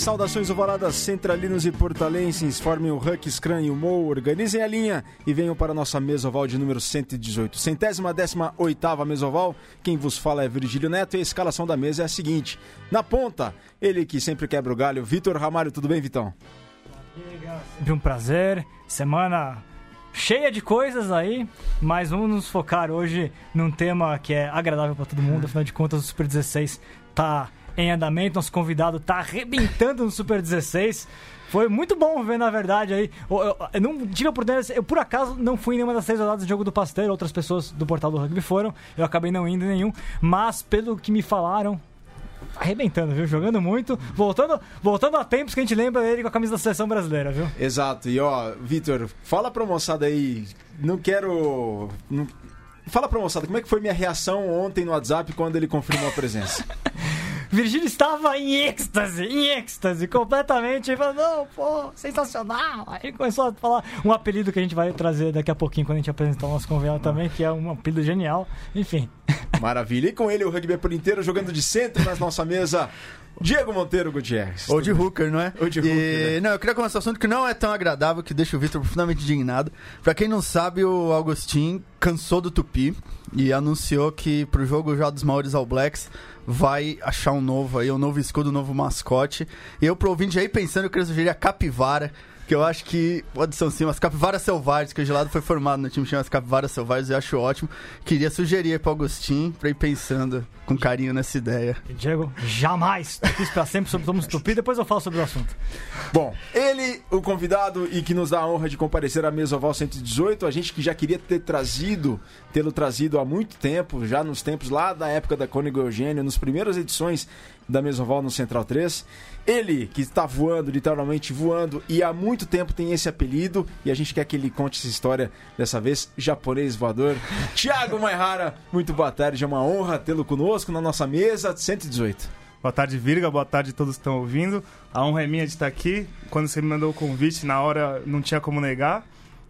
saudações ovaladas centralinos e portalenses, formem o Huck, Scrum e o Mo, organizem a linha e venham para a nossa mesa oval de número 118. 118ª mesa oval, quem vos fala é Virgílio Neto e a escalação da mesa é a seguinte. Na ponta, ele que sempre quebra o galho, Vitor Ramalho. Tudo bem, Vitão? Sempre um prazer, semana cheia de coisas aí, mas vamos nos focar hoje num tema que é agradável para todo mundo, afinal de contas o Super 16 tá em andamento, nosso convidado tá arrebentando no Super 16. Foi muito bom ver, na verdade, aí. Eu não tive a oportunidade, eu por acaso não fui em nenhuma das 3 rodadas do Jogo do Pasteiro, outras pessoas do Portal do Rugby foram, eu acabei não indo em nenhum, mas pelo que me falaram, arrebentando, viu? Jogando muito, voltando a tempos que a gente lembra dele com a camisa da seleção brasileira, viu? Exato, e Vitor, fala pra moçada aí, fala pra moçada, como é que foi minha reação ontem no WhatsApp quando ele confirmou a presença? Virgílio estava em êxtase, completamente. Ele falou, não, pô, sensacional. Aí ele começou a falar um apelido que a gente vai trazer daqui a pouquinho quando a gente apresentar o nosso convidado também, que é um apelido genial. Enfim. Maravilha. E com ele o rugby por inteiro, jogando de centro na nossa mesa, Diego Monteiro Gutierrez. Ou de hooker, não é? Ou de hooker, né? Não, eu queria começar um assunto que não é tão agradável, que deixa o Vitor profundamente indignado. Pra quem não sabe, o Augustin cansou do Tupi e anunciou que pro jogo já dos maiores All Blacks vai achar um novo escudo, um novo mascote. E eu pro ouvinte aí pensando, eu queria sugerir a capivara, que eu acho que pode ser assim, umas capivaras selvagens, que o Gelado foi formado no time, chama as capivaras selvagens, eu acho ótimo. Queria sugerir para o Agostinho pra ir pensando com carinho nessa ideia. Diego, jamais Tupis pra sempre, somos Tupi, depois eu falo sobre o assunto. Bom, ele, o convidado e que nos dá a honra de comparecer à mesa oval 118, a gente que já queria tê-lo trazido há muito tempo, já nos tempos lá da época da Cônigo Eugênio, nas primeiras edições da mesa oval no Central 3. Ele que está voando, literalmente voando, e há muito tempo tem esse apelido, e a gente quer que ele conte essa história, dessa vez, japonês voador. Thiago Maihara, muito boa tarde, é uma honra tê-lo conosco na nossa mesa 118. Boa tarde, Virga, boa tarde a todos que estão ouvindo. A honra é minha de estar aqui. Quando você me mandou o convite, na hora não tinha como negar,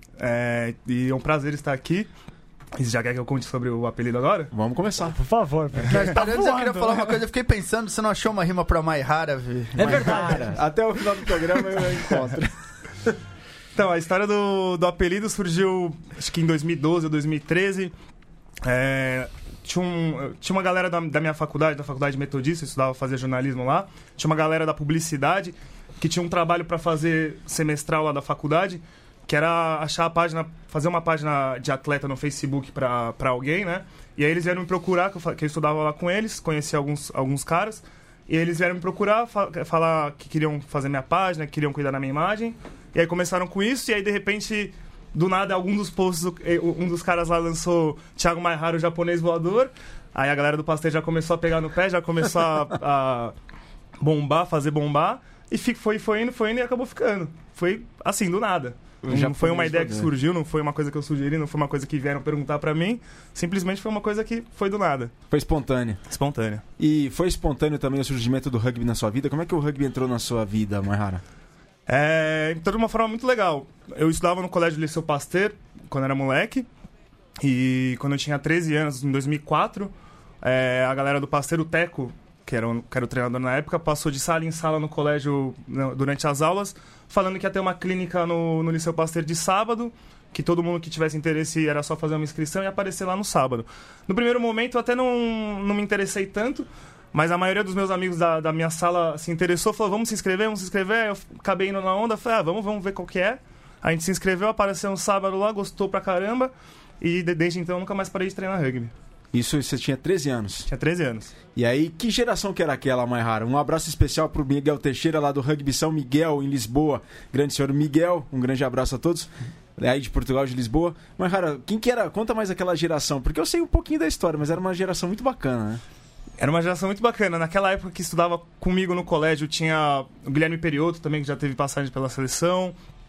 e é um prazer estar aqui. E você já quer que eu conte sobre o apelido agora? Vamos começar. Por favor. Antes eu queria falar uma coisa, eu fiquei pensando, você não achou uma rima pra Maihara, Vi? É verdade. Até o final do programa eu encontro. Então, a história do apelido surgiu, acho que em 2012 ou 2013. Tinha uma galera da minha faculdade, da faculdade metodista, eu estudava, fazia jornalismo lá. Tinha uma galera da publicidade que tinha um trabalho para fazer semestral lá da faculdade, que era achar a página, fazer uma página de atleta no Facebook pra alguém, né? E aí eles vieram me procurar, que eu estudava lá com eles, conheci alguns caras, e eles vieram me procurar, falar que queriam fazer minha página, que queriam cuidar da minha imagem, e aí começaram com isso, e aí de repente, do nada, algum dos posts, um dos caras lá lançou Thiago Maihara, o japonês voador, aí a galera do Pastel já começou a pegar no pé, já começou a bombar, fazer bombar, e foi indo e acabou ficando. Foi assim, do nada. Não foi uma ideia que surgiu, não foi uma coisa que eu sugeri, não foi uma coisa que vieram perguntar pra mim. Simplesmente foi uma coisa que foi do nada. Foi espontânea. Espontânea. E foi espontâneo também o surgimento do rugby na sua vida? Como é que o rugby entrou na sua vida, Maihara? Entrou de uma forma muito legal. Eu estudava no colégio Liceu Pasteur, quando era moleque. E quando eu tinha 13 anos, em 2004, a galera do Pasteur, o Teco, que era o treinador na época, passou de sala em sala no colégio durante as aulas, falando que ia ter uma clínica no Liceu Pasteur de sábado, que todo mundo que tivesse interesse era só fazer uma inscrição e aparecer lá no sábado. No primeiro momento eu até não me interessei tanto, mas a maioria dos meus amigos da minha sala se interessou, falou, vamos se inscrever. Eu acabei indo na onda, falei, vamos ver qual que é. A gente se inscreveu, apareceu um sábado lá, gostou pra caramba, e desde então eu nunca mais parei de treinar rugby. Isso você tinha 13 anos? Tinha 13 anos. E aí, que geração que era aquela, Maihara? Um abraço especial pro Miguel Teixeira, lá do Rugby São Miguel, em Lisboa. Grande senhor Miguel, um grande abraço a todos. Aí de Portugal, de Lisboa. Maihara, quem que era? Conta mais aquela geração, porque eu sei um pouquinho da história, mas era uma geração muito bacana, né? Era uma geração muito bacana. Naquela época que estudava comigo no colégio, tinha o Guilherme Periotto também, que já teve passagem pela seleção.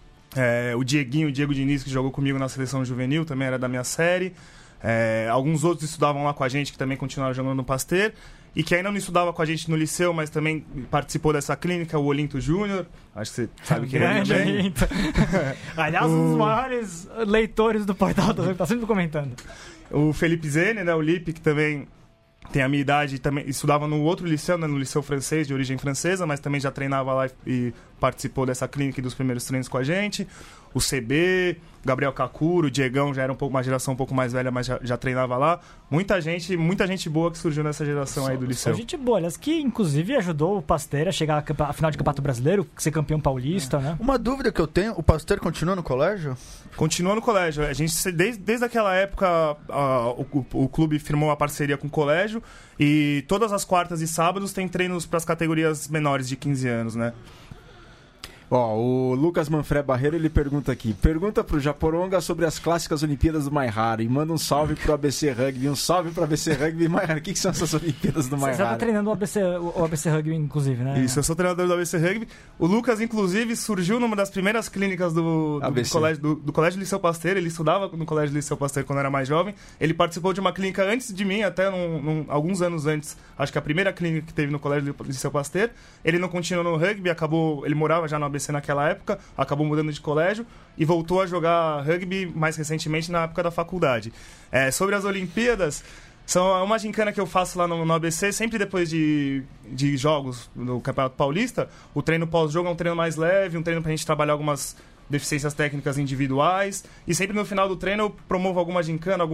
O Diego Diniz, que jogou comigo na seleção juvenil, também era da minha série. Alguns outros estudavam lá com a gente, que também continuaram jogando no Pasteur. E que ainda não estudava com a gente no liceu, mas também participou dessa clínica, o Olinto Júnior. Acho que você sabe quem é também. Aliás, um dos maiores leitores do portal do Rugby, tá sempre comentando. O Felipe Zene, né, o Lipe, que também tem a minha idade, também estudava no outro liceu, né, no liceu francês, de origem francesa, mas também já treinava lá e participou dessa clínica e dos primeiros treinos com a gente. O CB, Gabriel Kakuro, o Diegão já era uma geração um pouco mais velha, mas já treinava lá. Muita gente boa que surgiu nessa geração aí do liceu. Só gente boa, aliás, que inclusive ajudou o Pasteiro a chegar à final de Campeonato Brasileiro, ser campeão paulista, né? Uma dúvida que eu tenho, o Pasteiro continua no colégio? Continua no colégio. A gente, desde aquela época, o clube firmou uma parceria com o colégio e todas as quartas e sábados tem treinos para as categorias menores de 15 anos, né? Ó, o Lucas Manfré Barreiro, ele pergunta aqui. Pergunta pro Japoronga sobre as clássicas Olimpíadas do Maihara e manda um salve pro ABC Rugby. Um salve pro ABC Rugby. Maihara, o que são essas Olimpíadas do Maihara? Você tá treinando o ABC Rugby, inclusive, né? Isso, eu sou treinador do ABC Rugby. O Lucas, inclusive, surgiu numa das primeiras clínicas do Colégio Liceu Pasteiro. Ele estudava no Colégio Liceu Pasteiro quando era mais jovem. Ele participou de uma clínica antes de mim, até alguns anos antes. Acho que a primeira clínica que teve no Colégio Liceu Pasteiro. Ele não continuou no rugby, ele morava já no ABC naquela época, acabou mudando de colégio e voltou a jogar rugby mais recentemente na época da faculdade. Sobre as Olimpíadas, são uma gincana que eu faço lá no ABC, sempre depois de jogos no Campeonato Paulista. O treino pós-jogo é um treino mais leve, um treino pra gente trabalhar algumas deficiências técnicas individuais, e sempre no final do treino eu promovo alguma gincana,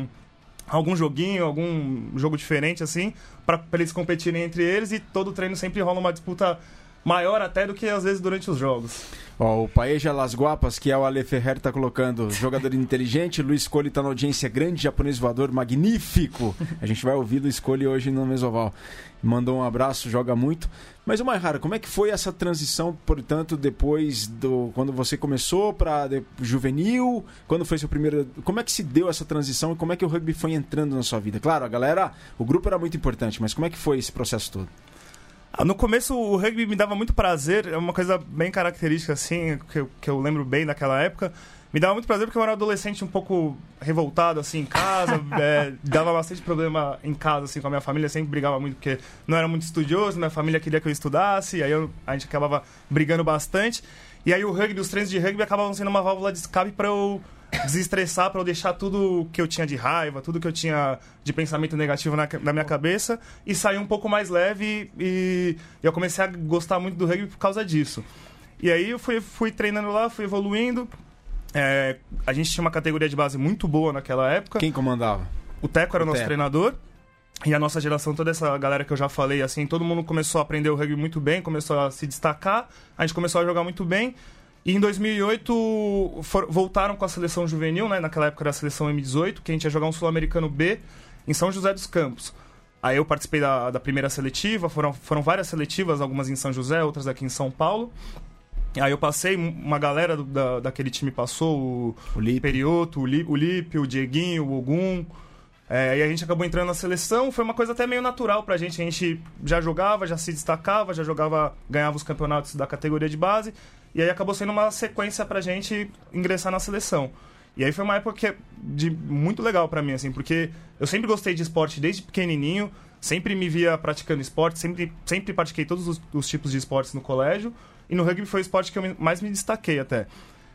algum joguinho, algum jogo diferente assim, para eles competirem entre eles, e todo treino sempre rola uma disputa maior até do que às vezes durante os jogos. Ó, o Paeja Las Guapas, que é o Ale Ferrer, tá colocando jogador inteligente. Luiz Cole tá na audiência, grande japonês voador, magnífico. A gente vai ouvir Luiz Cole hoje no Mesoval. Mandou um abraço, joga muito. Mas, o Maihara, como é que foi essa transição, portanto, depois quando você começou para juvenil? Quando foi seu primeiro... Como é que se deu essa transição e como é que o rugby foi entrando na sua vida? Claro, o grupo era muito importante, mas como é que foi esse processo todo? No começo o rugby me dava muito prazer, é uma coisa bem característica assim, que eu lembro bem daquela época. Me dava muito prazer porque eu era um adolescente um pouco revoltado assim em casa, dava bastante problema em casa assim com a minha família, sempre brigava muito porque não era muito estudioso, minha família queria que eu estudasse, aí a gente acabava brigando bastante. E aí o rugby, os treinos de rugby acabavam sendo uma válvula de escape para eu desestressar, para eu deixar tudo que eu tinha de raiva, tudo que eu tinha de pensamento negativo na minha cabeça e sair um pouco mais leve, e eu comecei a gostar muito do rugby por causa disso. E aí eu fui treinando lá, fui evoluindo. A gente tinha uma categoria de base muito boa naquela época. Quem comandava? O Teco era o nosso treinador. E a nossa geração, toda essa galera que eu já falei, assim, todo mundo começou a aprender o rugby muito bem, começou a se destacar, a gente começou a jogar muito bem. E em 2008 voltaram com a seleção juvenil, né? Naquela época era a seleção M18, que a gente ia jogar um Sul-Americano B em São José dos Campos. Aí eu participei da primeira seletiva, foram várias seletivas, algumas em São José, outras aqui em São Paulo. Aí eu passei, uma galera daquele time passou, o Perioto, o Lipe, o Dieguinho, o Ogum. E a gente acabou entrando na seleção, foi uma coisa até meio natural pra gente. A gente já jogava, já se destacava, ganhava os campeonatos da categoria de base. E aí acabou sendo uma sequência pra gente ingressar na seleção. E aí foi uma época muito legal pra mim, assim, porque eu sempre gostei de esporte desde pequenininho, sempre me via praticando esporte, sempre pratiquei todos os tipos de esportes no colégio, e no rugby foi o esporte que eu mais me destaquei até.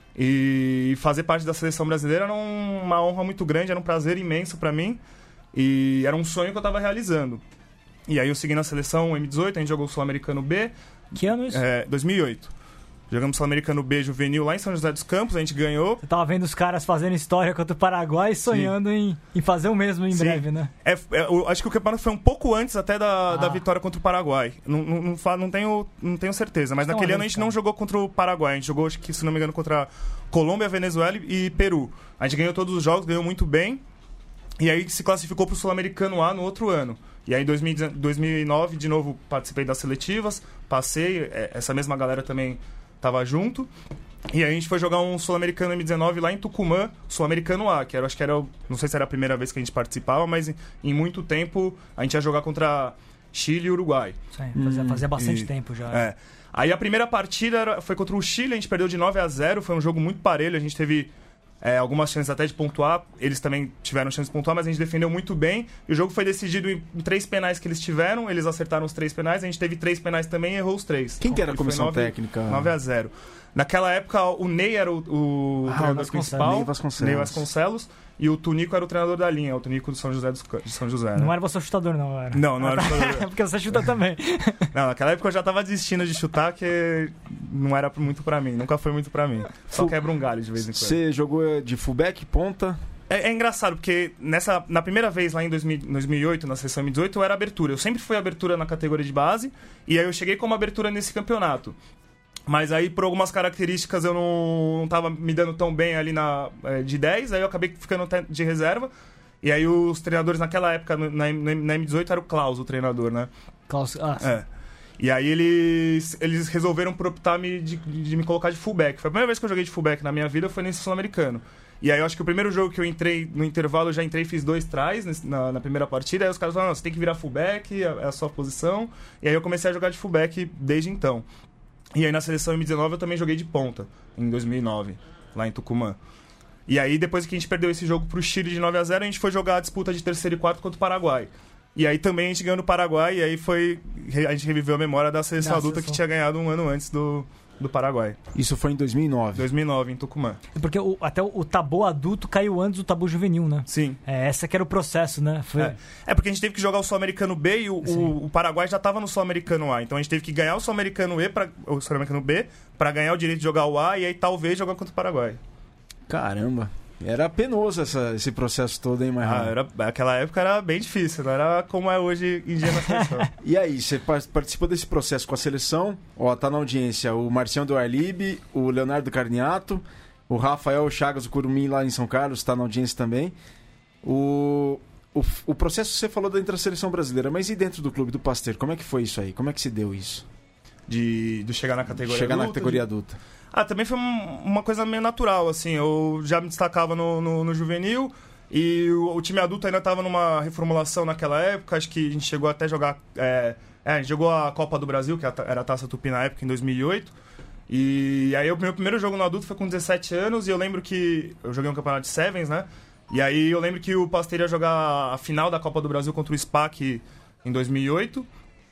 E fazer parte da seleção brasileira era uma honra muito grande, era um prazer imenso pra mim, e era um sonho que eu tava realizando. E aí eu segui na seleção M18, a gente jogou o Sul-Americano B. Que ano isso? 2008. Jogamos Sul-Americano B juvenil lá em São José dos Campos, a gente ganhou. Você tava vendo os caras fazendo história contra o Paraguai e sonhando em fazer o mesmo em breve, né? Eu acho que o campeonato foi um pouco antes até da vitória contra o Paraguai. Não tenho certeza, mas naquele ano a gente não jogou contra o Paraguai. A gente jogou, acho que, se não me engano, contra Colômbia, Venezuela e Peru. A gente ganhou todos os jogos, ganhou muito bem. E aí se classificou pro Sul-Americano A no outro ano. E aí em 2009, de novo, participei das seletivas, passei, essa mesma galera também tava junto, e aí a gente foi jogar um Sul-Americano M19 lá em Tucumã, Sul-Americano A, que acho que era, não sei se era a primeira vez que a gente participava, mas em muito tempo a gente ia jogar contra Chile e Uruguai. Sim, fazia bastante tempo já. Aí a primeira partida foi contra o Chile, a gente perdeu de 9-0, foi um jogo muito parelho, a gente teve algumas chances até de pontuar, eles também tiveram chance de pontuar, mas a gente defendeu muito bem, e o jogo foi decidido em 3 penais que eles tiveram, eles acertaram os 3 penais, a gente teve 3 penais também e errou os 3. Quem que era a comissão técnica? 9-0. Naquela época, o Ney era o treinador principal. Ney Vasconcelos. E o Tunico era o treinador da linha, o Tunico do São José de São José. Né? Não era você o chutador, não era? Não era o chutador. Porque você chuta também. Não, naquela época eu já tava desistindo de chutar, que não era muito pra mim, nunca foi muito pra mim. Só quebra um galho de vez em quando. Você jogou de fullback, ponta? É engraçado, porque na primeira vez lá em 2008, na seleção M18, eu era abertura. Eu sempre fui abertura na categoria de base, e aí eu cheguei como abertura nesse campeonato. Mas aí, por algumas características, eu não tava me dando tão bem ali de 10, aí eu acabei ficando de reserva. E aí os treinadores naquela época, na M18, era o Klaus, o treinador, né? Klaus, E aí eles resolveram por optar de me colocar de fullback. Foi a primeira vez que eu joguei de fullback na minha vida, foi nesse Sul-Americano. E aí eu acho que o primeiro jogo que eu entrei, no intervalo, eu já entrei e fiz 2 tries na primeira partida. Aí os caras falaram, você tem que virar fullback, é a sua posição. E aí eu comecei a jogar de fullback desde então. E aí na seleção M19 eu também joguei de ponta, em 2009, lá em Tucumã. E aí depois que a gente perdeu esse jogo pro Chile de 9-0, a gente foi jogar a disputa de terceiro e quarto contra o Paraguai. E aí também a gente ganhou no Paraguai, e aí a gente reviveu a memória da seleção adulta que tinha ganhado um ano antes do Paraguai. Isso foi em 2009? 2009, em Tucumã. Porque até o tabu adulto caiu antes do tabu juvenil, né? Sim. Esse que era o processo, né? Porque a gente teve que jogar o Sul-Americano B e o Paraguai já estava no Sul-Americano A. Então a gente teve que ganhar o Sul-Americano B para ganhar o direito de jogar o A e aí talvez jogar contra o Paraguai. Caramba. Era penoso esse processo todo, hein, Maia? Aquela época era bem difícil, não era como é hoje em dia na seleção. E aí, você participou desse processo com a seleção? Tá na audiência o Marcião do Arlib, o Leonardo Carniato, o Rafael Chagas do Curumim lá em São Carlos, está na audiência também. O processo você falou dentro da seleção brasileira, mas e dentro do clube do Pasteur? Como é que foi isso aí? Como é que se deu isso? De chegar na categoria adulta? Também foi uma coisa meio natural, assim. Eu já me destacava no juvenil e o time adulto ainda estava numa reformulação naquela época. Acho que a gente chegou até a jogar... a gente jogou a Copa do Brasil, que era a Taça Tupi na época, em 2008. E aí o meu primeiro jogo no adulto foi com 17 anos e eu lembro que... Eu joguei um campeonato de Sevens, né? E aí eu lembro que o Pasteur ia jogar a final da Copa do Brasil contra o SPAC em 2008,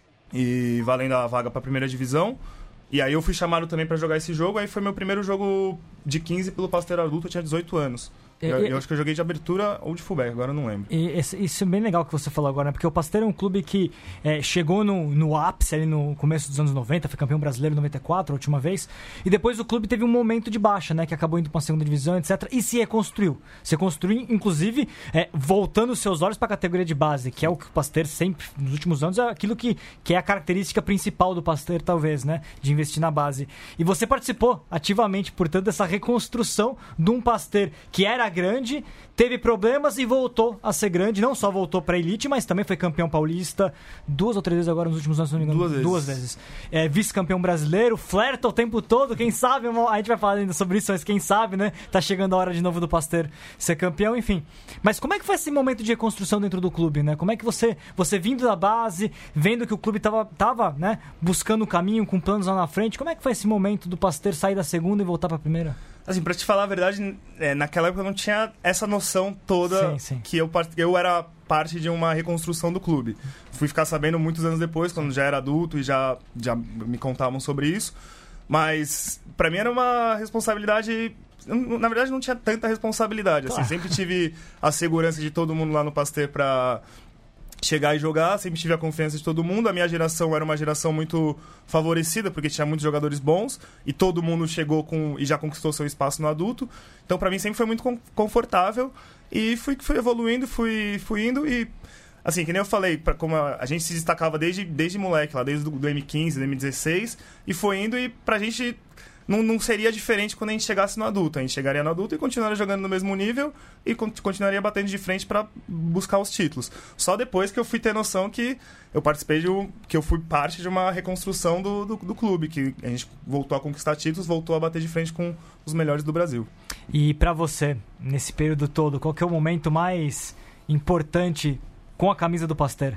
e valendo a vaga para a primeira divisão. E aí eu fui chamado também para jogar esse jogo, aí foi meu primeiro jogo de 15 pelo Pasteur adulto, eu tinha 18 anos. Eu acho que eu joguei de abertura ou de fullback, agora eu não lembro. Isso é bem legal que você falou agora, né? Porque o Pasteur é um clube que chegou no ápice ali no começo dos anos 90, foi campeão brasileiro em 94, a última vez, e depois o clube teve um momento de baixa, né? Que acabou indo para a segunda divisão, etc. E se reconstruiu. Se reconstruiu, inclusive, voltando os seus olhos para a categoria de base, que é o que o Pasteur sempre, nos últimos anos, é aquilo que é a característica principal do Pasteur, talvez, né? De investir na base. E você participou ativamente, portanto, dessa reconstrução de um Pasteur que era grande, teve problemas e voltou a ser grande. Não só voltou para a elite, mas também foi campeão paulista 2 ou 3 vezes agora nos últimos anos, se não me engano. 2 vezes. Vice-campeão brasileiro, flerta o tempo todo, quem sabe, a gente vai falar ainda sobre isso, mas quem sabe, né? Tá chegando a hora de novo do Pasteur ser campeão, enfim. Mas como é que foi esse momento de reconstrução dentro do clube, né? Como é que você vindo da base, vendo que o clube tava, né, buscando o caminho, com planos lá na frente, como é que foi esse momento do Pasteur sair da segunda e voltar para a primeira? Assim, pra te falar a verdade, naquela época eu não tinha essa noção toda que eu era parte de uma reconstrução do clube. Fui ficar sabendo muitos anos depois, quando já era adulto e já me contavam sobre isso. Mas pra mim era uma responsabilidade... Na verdade não tinha tanta responsabilidade. Assim, sempre tive a segurança de todo mundo lá no Pasteur pra chegar e jogar, sempre tive a confiança de todo mundo. A minha geração era uma geração muito favorecida, porque tinha muitos jogadores bons, e todo mundo chegou e já conquistou seu espaço no adulto. Então, pra mim, sempre foi muito confortável, e fui evoluindo, fui indo, e, assim, que nem eu falei, como a gente se destacava desde moleque, lá, desde do M15, do M16, e foi indo, e pra gente... Não seria diferente quando a gente chegasse no adulto. A gente chegaria no adulto e continuaria jogando no mesmo nível e continuaria batendo de frente para buscar os títulos. Só depois que eu fui ter noção que eu participei que eu fui parte de uma reconstrução do clube, que a gente voltou a conquistar títulos, voltou a bater de frente com os melhores do Brasil. E para você, nesse período todo, qual que é o momento mais importante com a camisa do Pasteur?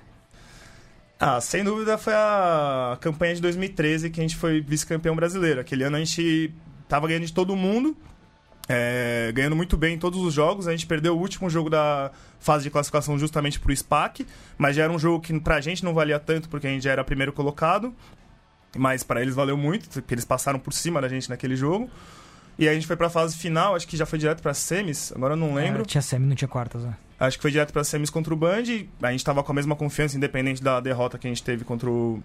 Sem dúvida foi a campanha de 2013, que a gente foi vice-campeão brasileiro. Aquele ano a gente tava ganhando de todo mundo, ganhando muito bem em todos os jogos. A gente perdeu o último jogo da fase de classificação justamente pro SPAC, mas já era um jogo que pra gente não valia tanto, porque a gente já era primeiro colocado. mas para eles valeu muito, porque eles passaram por cima da gente naquele jogo. E aí a gente foi pra fase final, acho que já foi direto pra semis, agora eu não lembro. Tinha semi, não tinha quartas, né? Acho que foi direto pra semis contra o Band, a gente tava com a mesma confiança, independente da derrota que a gente teve contra o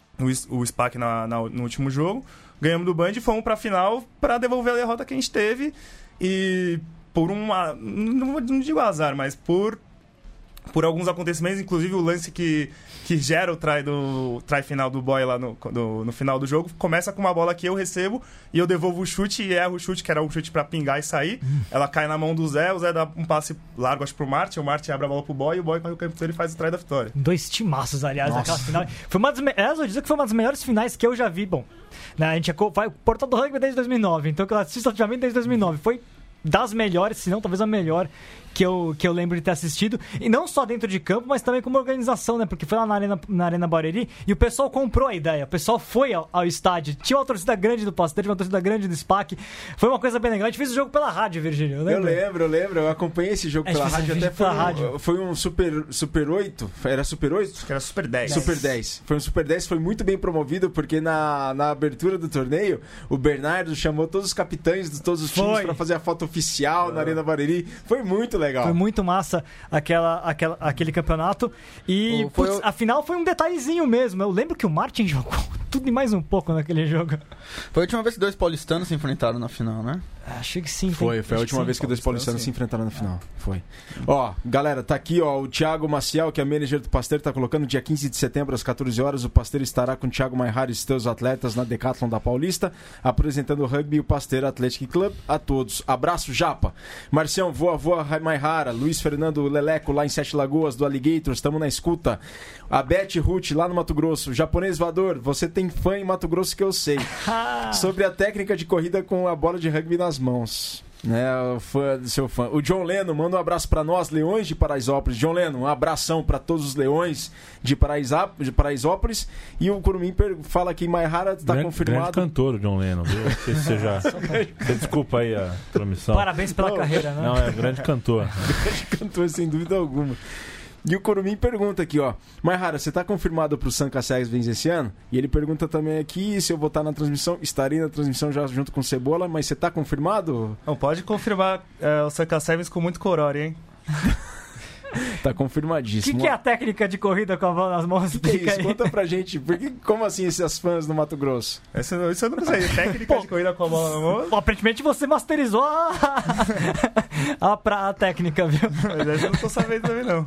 SPAC no último jogo. Ganhamos do Band e fomos pra final pra devolver a derrota que a gente teve. E por não digo azar, mas por alguns acontecimentos, inclusive o lance que gera o try final do Boy lá no final do jogo, começa com uma bola que eu recebo e eu devolvo o chute e erro o chute, que era um chute pra pingar e sair. Ela cai na mão do Zé, o Zé dá um passe largo, acho, pro Martin, o Martin abre a bola pro Boy e o Boy corre o campo inteiro e faz o try da vitória. 2 timaços, aliás, naquela final. Foi uma das eu dizer que foi uma das melhores finais que eu já vi. Bom, né, a gente vai o Portal do Rugby desde 2009, então eu assisto ativamente desde 2009. Foi das melhores, se não talvez a melhor que eu lembro de ter assistido, e não só dentro de campo, mas também como organização, né, porque foi lá na Arena Barueri e o pessoal comprou a ideia, o pessoal foi ao estádio, tinha uma torcida grande do Pasteur, uma torcida grande do SPAC, foi uma coisa bem legal. A gente fez o jogo pela rádio, Virgílio, eu lembro, eu acompanhei esse jogo pela rádio, até foi um Super 8, era Super 8? Acho que era Super 10. Super 10, foi um Super 10, foi muito bem promovido, porque na abertura do torneio, o Bernardo chamou todos os capitães de todos os times para fazer a foto oficial na Arena Barueri, foi muito legal. Foi muito massa aquele campeonato. E a final foi um detalhezinho mesmo. Eu lembro que o Martin jogou tudo e mais um pouco naquele jogo. Foi a última vez que 2 paulistanos se enfrentaram na final, né? Acho que sim. Foi a última vez que 2 paulistanos se enfrentaram na final. Foi. Ó, galera, tá aqui, ó, o Thiago Maciel, que é manager do Pasteur, tá colocando dia 15 de setembro às 14 horas. O Pasteur estará com o Thiago Maihara e seus atletas na Decathlon da Paulista, apresentando o rugby e o Pasteur Athletic Club a todos. Abraço, Japa. Marcião, voa Maihara. Luiz Fernando Leleco, lá em Sete Lagoas, do Alligator, estamos na escuta. A Beth Ruth, lá no Mato Grosso. Japonês voador, você tem fã em Mato Grosso que eu sei. Sobre a técnica de corrida com a bola de rugby nas mãos. Né, seu fã. O John Leno manda um abraço para nós, Leões de Paraisópolis. John Leno, um abração para todos os Leões de Paraisópolis. E o Curumim fala que Maihara está confirmado. Grande cantor, o John Leno, viu? Você desculpa aí a promissão. Parabéns pela carreira, né? Não, é grande cantor. Grande cantor, sem dúvida alguma. E o Curumim pergunta aqui, ó, Maihara, você tá confirmado pro Sanca Segs vencer esse ano? E ele pergunta também aqui se eu vou estar na transmissão, estarei na transmissão já junto com o Cebola, mas você tá confirmado? Não, pode confirmar o Sanca Segs com muito corori, hein? Tá confirmadíssimo. O que é a técnica de corrida com a bola nas mãos? Conta pra gente, como assim esses fãs do Mato Grosso? Isso eu não sei, técnica de corrida com a bola na mão? Aparentemente você masterizou a técnica, viu? Mas eu não tô sabendo também, não.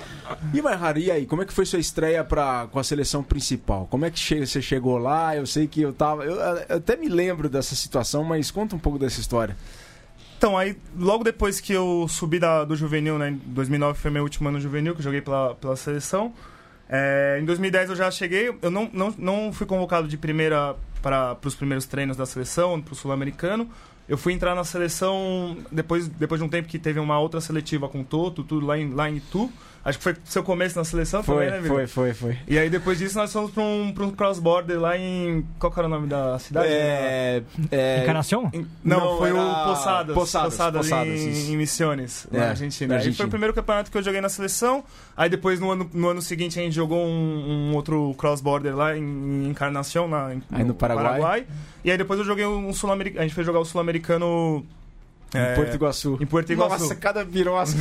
E Maihara, e aí, como é que foi sua estreia com a seleção principal? Como é que você chegou lá? Eu sei que eu até me lembro dessa situação, mas conta um pouco dessa história. Então, aí, logo depois que eu subi do juvenil, né, em 2009 foi meu último ano juvenil, que eu joguei pela seleção. Em 2010 eu já cheguei, eu não fui convocado de primeira para os primeiros treinos da seleção, para o sul-americano. Eu fui entrar na seleção depois de um tempo que teve uma outra seletiva com o Toto, tudo lá em Itu. Acho que foi seu começo na seleção também, né, Vitor? Foi. E aí depois disso nós fomos para um cross-border lá em... Qual que era o nome da cidade? Encarnação? Não, foi era... o Posadas em Misiones, na Argentina. Aí foi o primeiro campeonato que eu joguei na seleção. Aí depois, no ano seguinte, a gente jogou um outro cross-border lá em Encarnação, no Paraguai. E aí depois eu joguei um sul-americano. A gente foi jogar o sul-americano... Em Porto Iguaçu. Nossa, cada birosca.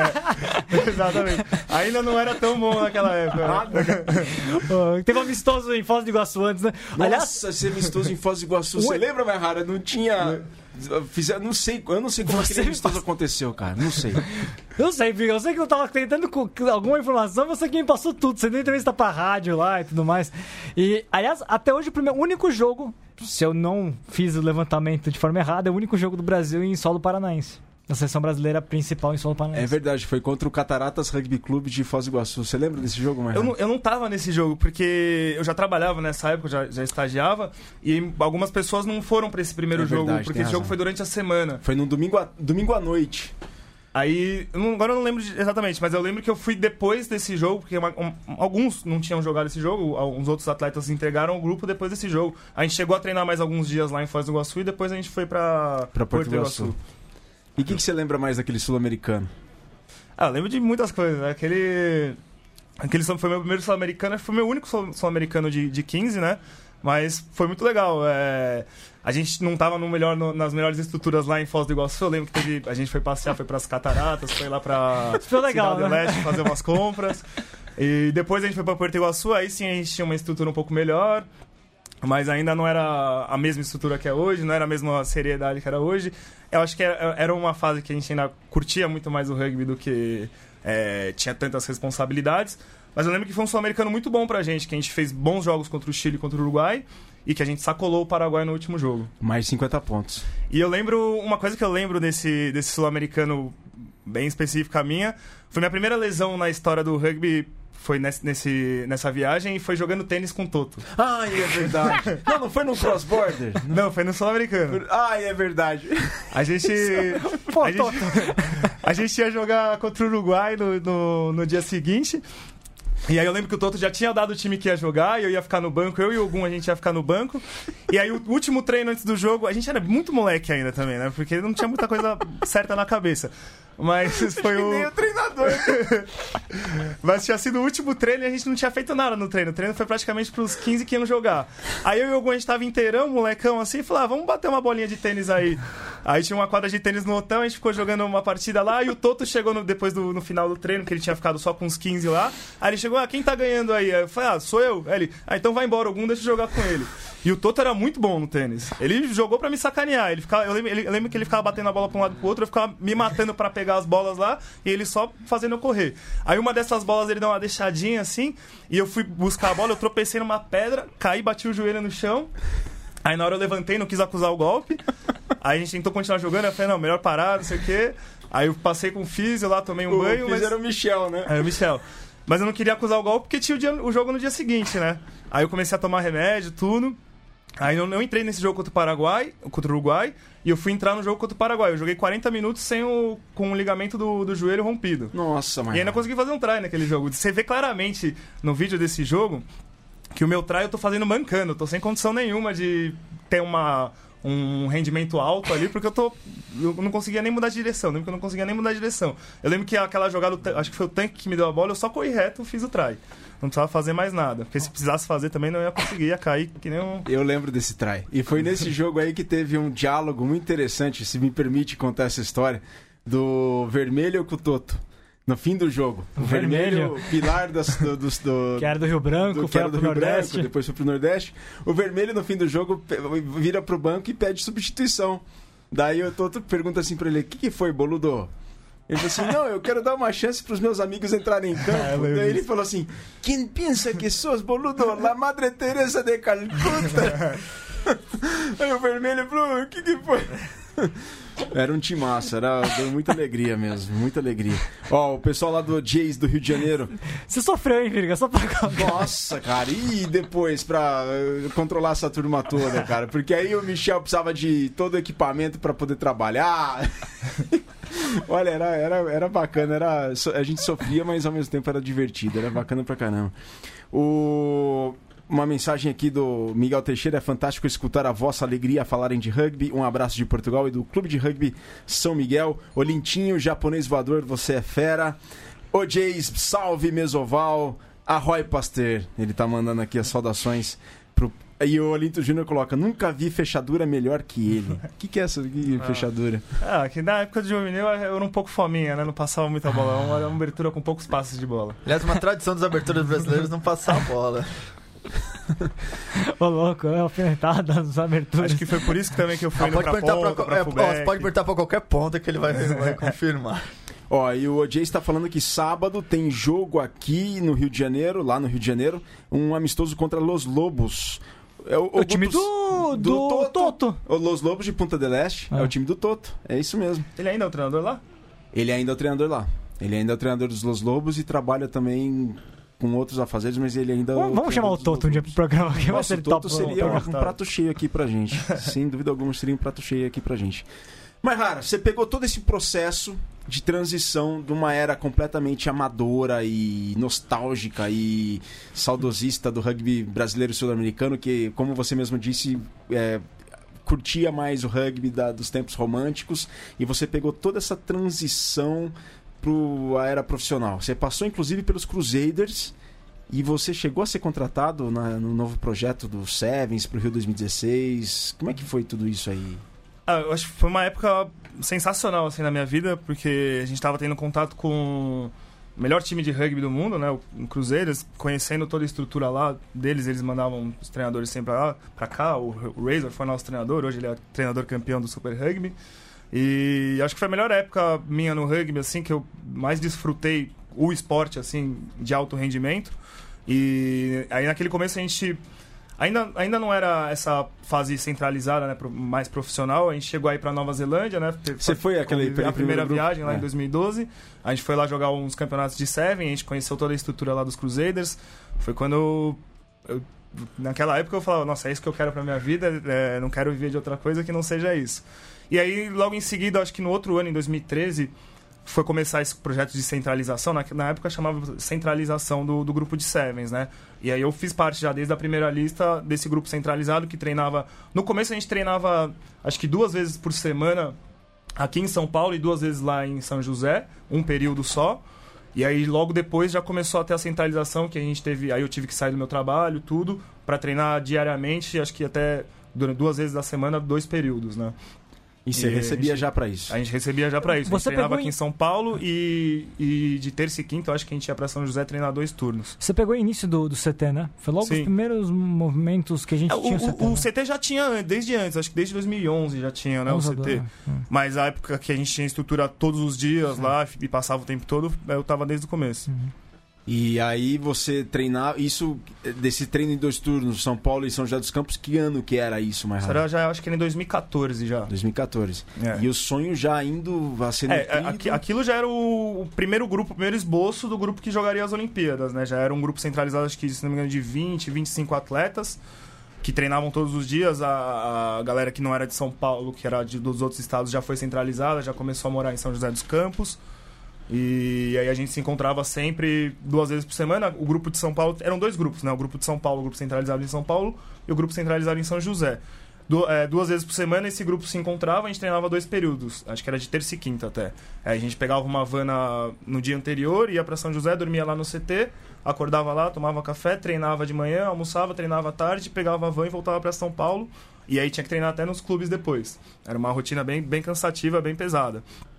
Exatamente. Ainda não era tão bom naquela época. Teve um amistoso em Foz do Iguaçu antes, né? Nossa, esse amistoso em Foz do Iguaçu. Você lembra, Maihara? Não tinha... Eu não sei como aquele amistoso aconteceu, cara. Não sei. Eu sei, Vitor. Eu sei que eu tava tentando alguma informação, você que me passou tudo. Você nem entrevista pra rádio lá e tudo mais. E, aliás, até hoje, o único jogo, se eu não fiz o levantamento de forma errada, é o único jogo do Brasil em solo paranaense. Na seleção brasileira principal em solo paranaense. É verdade, foi contra o Cataratas Rugby Clube de Foz do Iguaçu. Você lembra desse jogo, Maihara? Eu não tava nesse jogo, porque eu já trabalhava nessa época, já estagiava, e algumas pessoas não foram pra esse primeiro jogo, porque esse jogo foi durante a semana. Foi no domingo à noite. Aí, agora eu não lembro exatamente, mas eu lembro que eu fui depois desse jogo, porque alguns não tinham jogado esse jogo, uns outros atletas entregaram o grupo depois desse jogo. A gente chegou a treinar mais alguns dias lá em Foz do Iguaçu e depois a gente foi pra Porto Iguaçu. E o que você lembra mais daquele sul-americano? Eu lembro de muitas coisas, né? Aquele foi meu primeiro sul-americano, foi meu único sul-americano de 15, né? Mas foi muito legal. A gente não tava nas melhores estruturas lá em Foz do Iguaçu. Eu lembro que a gente foi passear, foi pras Cataratas, foi lá pra legal, Cidade né? Leste fazer umas compras. E depois a gente foi pra Porto Iguaçu, aí sim a gente tinha uma estrutura um pouco melhor. Mas ainda não era a mesma estrutura que é hoje, não era a mesma seriedade que era hoje. Eu acho que era uma fase que a gente ainda curtia muito mais o rugby do que tinha tantas responsabilidades. Mas eu lembro que foi um sul-americano muito bom pra gente, que a gente fez bons jogos contra o Chile e contra o Uruguai, e que a gente sacolou o Paraguai no último jogo. Mais de 50 pontos. E eu lembro, uma coisa que eu lembro desse sul-americano bem específica minha, foi minha primeira lesão na história do rugby. Foi nessa viagem e foi jogando tênis com o Toto. Ai, é verdade. Não foi no cross-border? Não, foi no Sul-Americano. Ai, é verdade. A gente ia jogar contra o Uruguai no dia seguinte. E aí eu lembro que o Toto já tinha dado o time que ia jogar, e eu ia ficar no banco, eu e o Ogum, a gente ia ficar no banco. E aí o último treino antes do jogo, a gente era muito moleque ainda também, né? Porque não tinha muita coisa certa na cabeça. Mas foi o... Nem o treinador. Mas tinha sido o último treino e a gente não tinha feito nada no treino. O treino foi praticamente pros 15 que iam jogar. Aí eu e o Ogum, a gente tava inteirão, molecão assim, e falou, vamos bater uma bolinha de tênis aí. Aí tinha uma quadra de tênis no hotel, a gente ficou jogando uma partida lá, e o Toto chegou depois no final do treino, que ele tinha ficado só com uns 15 lá. Aí ele chegou, quem tá ganhando aí? Aí eu falei, sou eu. Aí ele, então vai embora, Ogum, deixa eu jogar com ele. E o Toto era muito bom no tênis. Ele jogou pra me sacanear. Eu lembro que ele ficava batendo a bola pra um lado e pro outro, eu ficava me matando pra pegar as bolas lá, e ele só fazendo eu correr. Aí uma dessas bolas ele deu uma deixadinha assim, e eu fui buscar a bola, eu tropecei numa pedra, caí, bati o joelho no chão. Aí na hora eu levantei, não quis acusar o golpe. Aí a gente tentou continuar jogando, eu falei, não, melhor parar, não sei o quê. Aí eu passei com o físio lá, tomei um banho. Mas era o Michel, né? Era o Michel. Mas eu não queria acusar o golpe porque tinha o jogo no dia seguinte, né? Aí eu comecei a tomar remédio, tudo. Aí eu entrei nesse jogo contra o Uruguai, e eu fui entrar no jogo contra o Paraguai. Eu joguei 40 minutos com o ligamento do joelho rompido. Nossa, mano. E ainda consegui fazer um try naquele jogo. Você vê claramente no vídeo desse jogo que o meu try eu tô fazendo mancando. Eu tô sem condição nenhuma de ter um rendimento alto ali, porque eu não conseguia nem mudar de direção. Eu lembro que aquela jogada, acho que foi o Tanque que me deu a bola, eu só corri reto e fiz o try. Não precisava fazer mais nada. Porque se precisasse fazer também não ia conseguir, ia cair que nem um... Eu lembro desse try. E foi nesse jogo aí que teve um diálogo muito interessante, se me permite contar essa história, do Vermelho com o Toto. No fim do jogo. O Vermelho, pilar do que era do Rio Branco, que era foi do pro Rio Nordeste. Branco, depois foi pro Nordeste. O Vermelho, no fim do jogo, vira pro banco e pede substituição. Daí o Toto pergunta assim pra ele, o que foi, boludo? Ele falou assim, não, eu quero dar uma chance pros meus amigos entrarem em campo. Daí ele falou assim, quem pensa que sos, boludo? La Madre Teresa de Calcuta. Aí o Vermelho falou, o que foi? Era um timaço, deu muita alegria mesmo, muita alegria. Ó, o pessoal lá do Jays do Rio de Janeiro. Você sofreu, hein, Virga? Só pra... Nossa, cara, e depois pra controlar essa turma toda, cara? Porque aí o Michel precisava de todo o equipamento pra poder trabalhar. Olha, era bacana, a gente sofria, mas ao mesmo tempo era divertido, era bacana pra caramba. Uma mensagem aqui do Miguel Teixeira, é fantástico escutar a vossa alegria a falarem de rugby. Um abraço de Portugal e do Clube de Rugby São Miguel. Olintinho, japonês voador, você é fera. O Jays, salve Mesoval. Arroy Pasteur, ele tá mandando aqui as saudações pro... E o Olinto Júnior coloca, nunca vi fechadura melhor que ele. O que é essa fechadura? Que na época do juvenil eu era um pouco fominha, né? Não passava muita bola. Era uma abertura com poucos passes de bola. Aliás, uma tradição das aberturas brasileiras não passar a bola. Ô, louco, é alfinetada nas aberturas. Acho que foi por isso que também que eu fui indo pra ponta, pra Você pode perguntar pra qualquer ponta que ele vai confirmar. Ó, e o OJ está falando que sábado tem jogo aqui no Rio de Janeiro, lá no Rio de Janeiro, um amistoso contra Los Lobos. O time do Toto. O Los Lobos de Punta del Este é o time do Toto, é isso mesmo. Ele ainda é o treinador lá? Ele ainda é o treinador lá. Ele ainda é o treinador dos Los Lobos e trabalha também com outros afazeres, mas ele ainda... Vamos chamar o Toto um dia pro programa aqui. Nossa, o Toto seria um prato cheio aqui pra gente. Sem dúvida alguma, seria um prato cheio aqui pra gente. Mas, Rara, você pegou todo esse processo de transição de uma era completamente amadora e nostálgica e saudosista do rugby brasileiro e sul-americano, que, como você mesmo disse, curtia mais o rugby dos tempos românticos, e você pegou toda essa transição para a era profissional. Você passou, inclusive, pelos Crusaders E você chegou a ser contratado no novo projeto do Sevens pro Rio 2016. Como é que foi tudo isso aí? Eu acho que foi uma época sensacional assim, na minha vida, porque a gente estava tendo contato com o melhor time de rugby do mundo, né? O Cruzeiros, conhecendo toda a estrutura lá deles, eles mandavam os treinadores sempre pra cá. O Razor foi nosso treinador, hoje ele é treinador campeão do Super Rugby. E acho que foi a melhor época minha no rugby, assim, que eu mais desfrutei o esporte, assim, de alto rendimento. E aí naquele começo a gente ainda não era essa fase centralizada, né, mais profissional. A gente chegou aí pra Nova Zelândia, né? Você foi a primeira viagem lá em 2012. A gente foi lá jogar uns campeonatos de Seven, a gente conheceu toda a estrutura lá dos Crusaders. Foi quando naquela época eu falava, nossa, é isso que eu quero pra minha vida, não quero viver de outra coisa que não seja isso. E aí logo em seguida, acho que no outro ano, em 2013, foi começar esse projeto de centralização. Na época chamava centralização do grupo de Sevens, né? E aí eu fiz parte já desde a primeira lista desse grupo centralizado que treinava... No começo a gente treinava, acho que 2 vezes por semana aqui em São Paulo e 2 vezes lá em São José, um período só. E aí logo depois já começou a ter a centralização que a gente teve... Aí eu tive que sair do meu trabalho, tudo, para treinar diariamente, acho que até 2 vezes da semana, 2 períodos, né? E você recebia já pra isso? A gente recebia já pra isso. A gente treinava aqui em em São Paulo e de terça e quinta, eu acho que a gente ia pra São José treinar 2 turnos. Você pegou o início do CT, né? Foi logo os primeiros movimentos que a gente tinha o CT. O CT já tinha desde antes, acho que desde 2011 já tinha, né, o CT. Mas a época que a gente tinha estrutura todos os dias lá e passava o tempo todo, eu tava desde o começo. E aí você treinava... Isso, desse treino em 2 turnos, São Paulo e São José dos Campos, que ano que era isso, mais rápido? Era já, acho que era em 2014 já. 2014. E o sonho já indo a ser aquilo já era o primeiro grupo, o primeiro esboço do grupo que jogaria as Olimpíadas, né? Já era um grupo centralizado, acho que, se não me engano, de 20, 25 atletas que treinavam todos os dias. A galera que não era de São Paulo, que era dos outros estados, já foi centralizada, já começou a morar em São José dos Campos. E aí a gente se encontrava sempre 2 vezes por semana. O grupo de São Paulo... Eram 2 grupos, né? O grupo de São Paulo, o grupo centralizado em São Paulo, e o grupo centralizado em São José. 2 vezes por semana esse grupo se encontrava, a gente treinava 2 períodos. Acho que era de terça e quinta até. Aí a gente pegava uma van no dia anterior, ia pra São José, dormia lá no CT, acordava lá, tomava café, treinava de manhã, almoçava, treinava à tarde, pegava a van e voltava pra São Paulo. E aí tinha que treinar até nos clubes depois. Era uma rotina bem cansativa, bem pesada.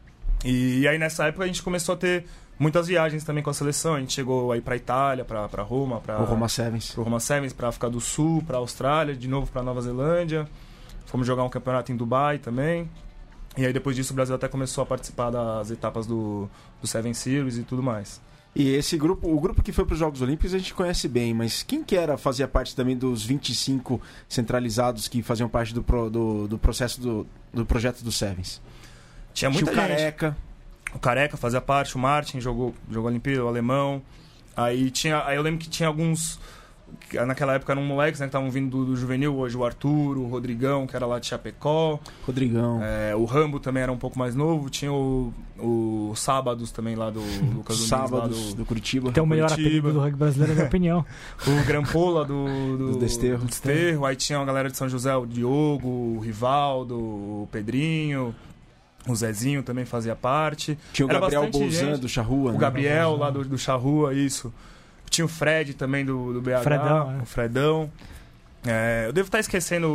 E aí nessa época a gente começou a ter muitas viagens também com a seleção. A gente chegou aí pra Itália, pra Roma, o Roma Sevens. Pro Roma Sevens, pra África do Sul, pra Austrália, de novo pra Nova Zelândia. Fomos jogar um campeonato em Dubai também. E aí depois disso o Brasil até começou a participar das etapas do Seven Series e tudo mais. E esse grupo, o grupo que foi para os Jogos Olímpicos a gente conhece bem, mas quem que fazia parte também dos 25 centralizados que faziam parte do processo do projeto do Sevens? Tinha muita gente. Careca. O Careca fazia parte, o Martin jogou a Olimpíada, o alemão. Aí eu lembro que tinha alguns... Naquela época eram moleques, né, que estavam vindo do juvenil, hoje o Arthur, o Rodrigão, que era lá de Chapecó. Rodrigão. O Rambo também era um pouco mais novo. Tinha o Sábados também lá do Lucas Sábados do Curitiba. Que é o melhor apelido do rugby brasileiro, na minha opinião. O Grampola do Desterro. Aí tinha uma galera de São José, o Diogo, o Rivaldo, o Pedrinho. O Zezinho também fazia parte. Tinha o Gabriel Bolzan do Charrua. O Gabriel lá do Charrua, isso. Tinha o Fred também do BH. Fredão, o Fredão. Eu devo estar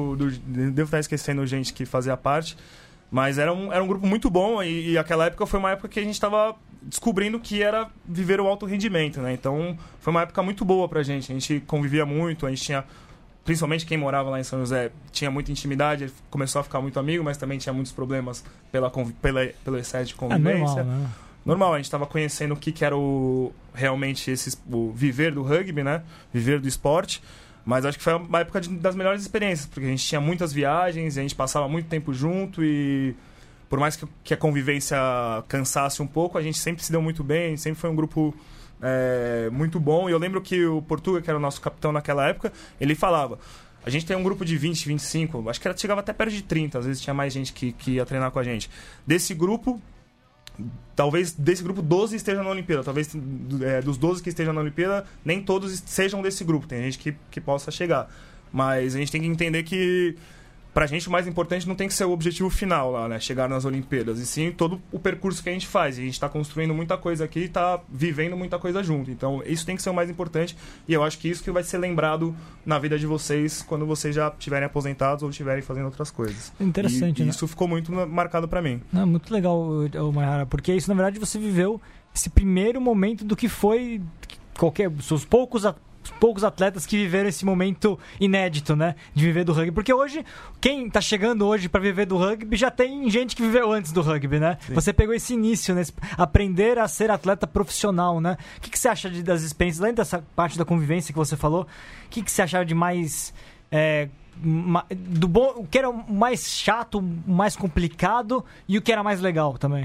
esquecendo gente que fazia parte. Mas era um grupo muito bom. E aquela época foi uma época que a gente estava descobrindo que era viver o alto rendimento, né? Então foi uma época muito boa pra gente. A gente convivia muito, a gente tinha... Principalmente quem morava lá em São José tinha muita intimidade, começou a ficar muito amigo, mas também tinha muitos problemas pelo excesso de convivência. Normal, né? Normal, a gente estava conhecendo o que era realmente o viver do rugby, né? Viver do esporte. Mas acho que foi uma época das melhores experiências, porque a gente tinha muitas viagens, a gente passava muito tempo junto e por mais que a convivência cansasse um pouco, a gente sempre se deu muito bem, sempre foi um grupo... muito bom. E eu lembro que o Portuga, que era o nosso capitão naquela época, ele falava, a gente tem um grupo de 20, 25, acho que chegava até perto de 30, às vezes tinha mais gente que ia treinar com a gente. Talvez desse grupo 12 estejam na Olimpíada, talvez dos 12 que estejam na Olimpíada, nem todos sejam desse grupo, tem gente que possa chegar. Mas a gente tem que entender que pra gente o mais importante não tem que ser o objetivo final lá, né? Chegar nas Olimpíadas, e sim todo o percurso que a gente faz. E a gente tá construindo muita coisa aqui e tá vivendo muita coisa junto. Então isso tem que ser o mais importante, e eu acho que isso que vai ser lembrado na vida de vocês quando vocês já estiverem aposentados ou estiverem fazendo outras coisas. Interessante, e né? Isso ficou muito marcado pra mim. Não, muito legal, Mayhara, porque isso, na verdade, você viveu esse primeiro momento do que foi os poucos atletas que viveram esse momento inédito, né? De viver do rugby. Porque hoje, quem tá chegando hoje pra viver do rugby, já tem gente que viveu antes do rugby, né? Sim. Você pegou esse início, né? Aprender a ser atleta profissional, né? O que você acha das experiências, além dessa parte da convivência que você falou, o que você achava de mais... do bom, o que era mais chato, o mais complicado e o que era mais legal também?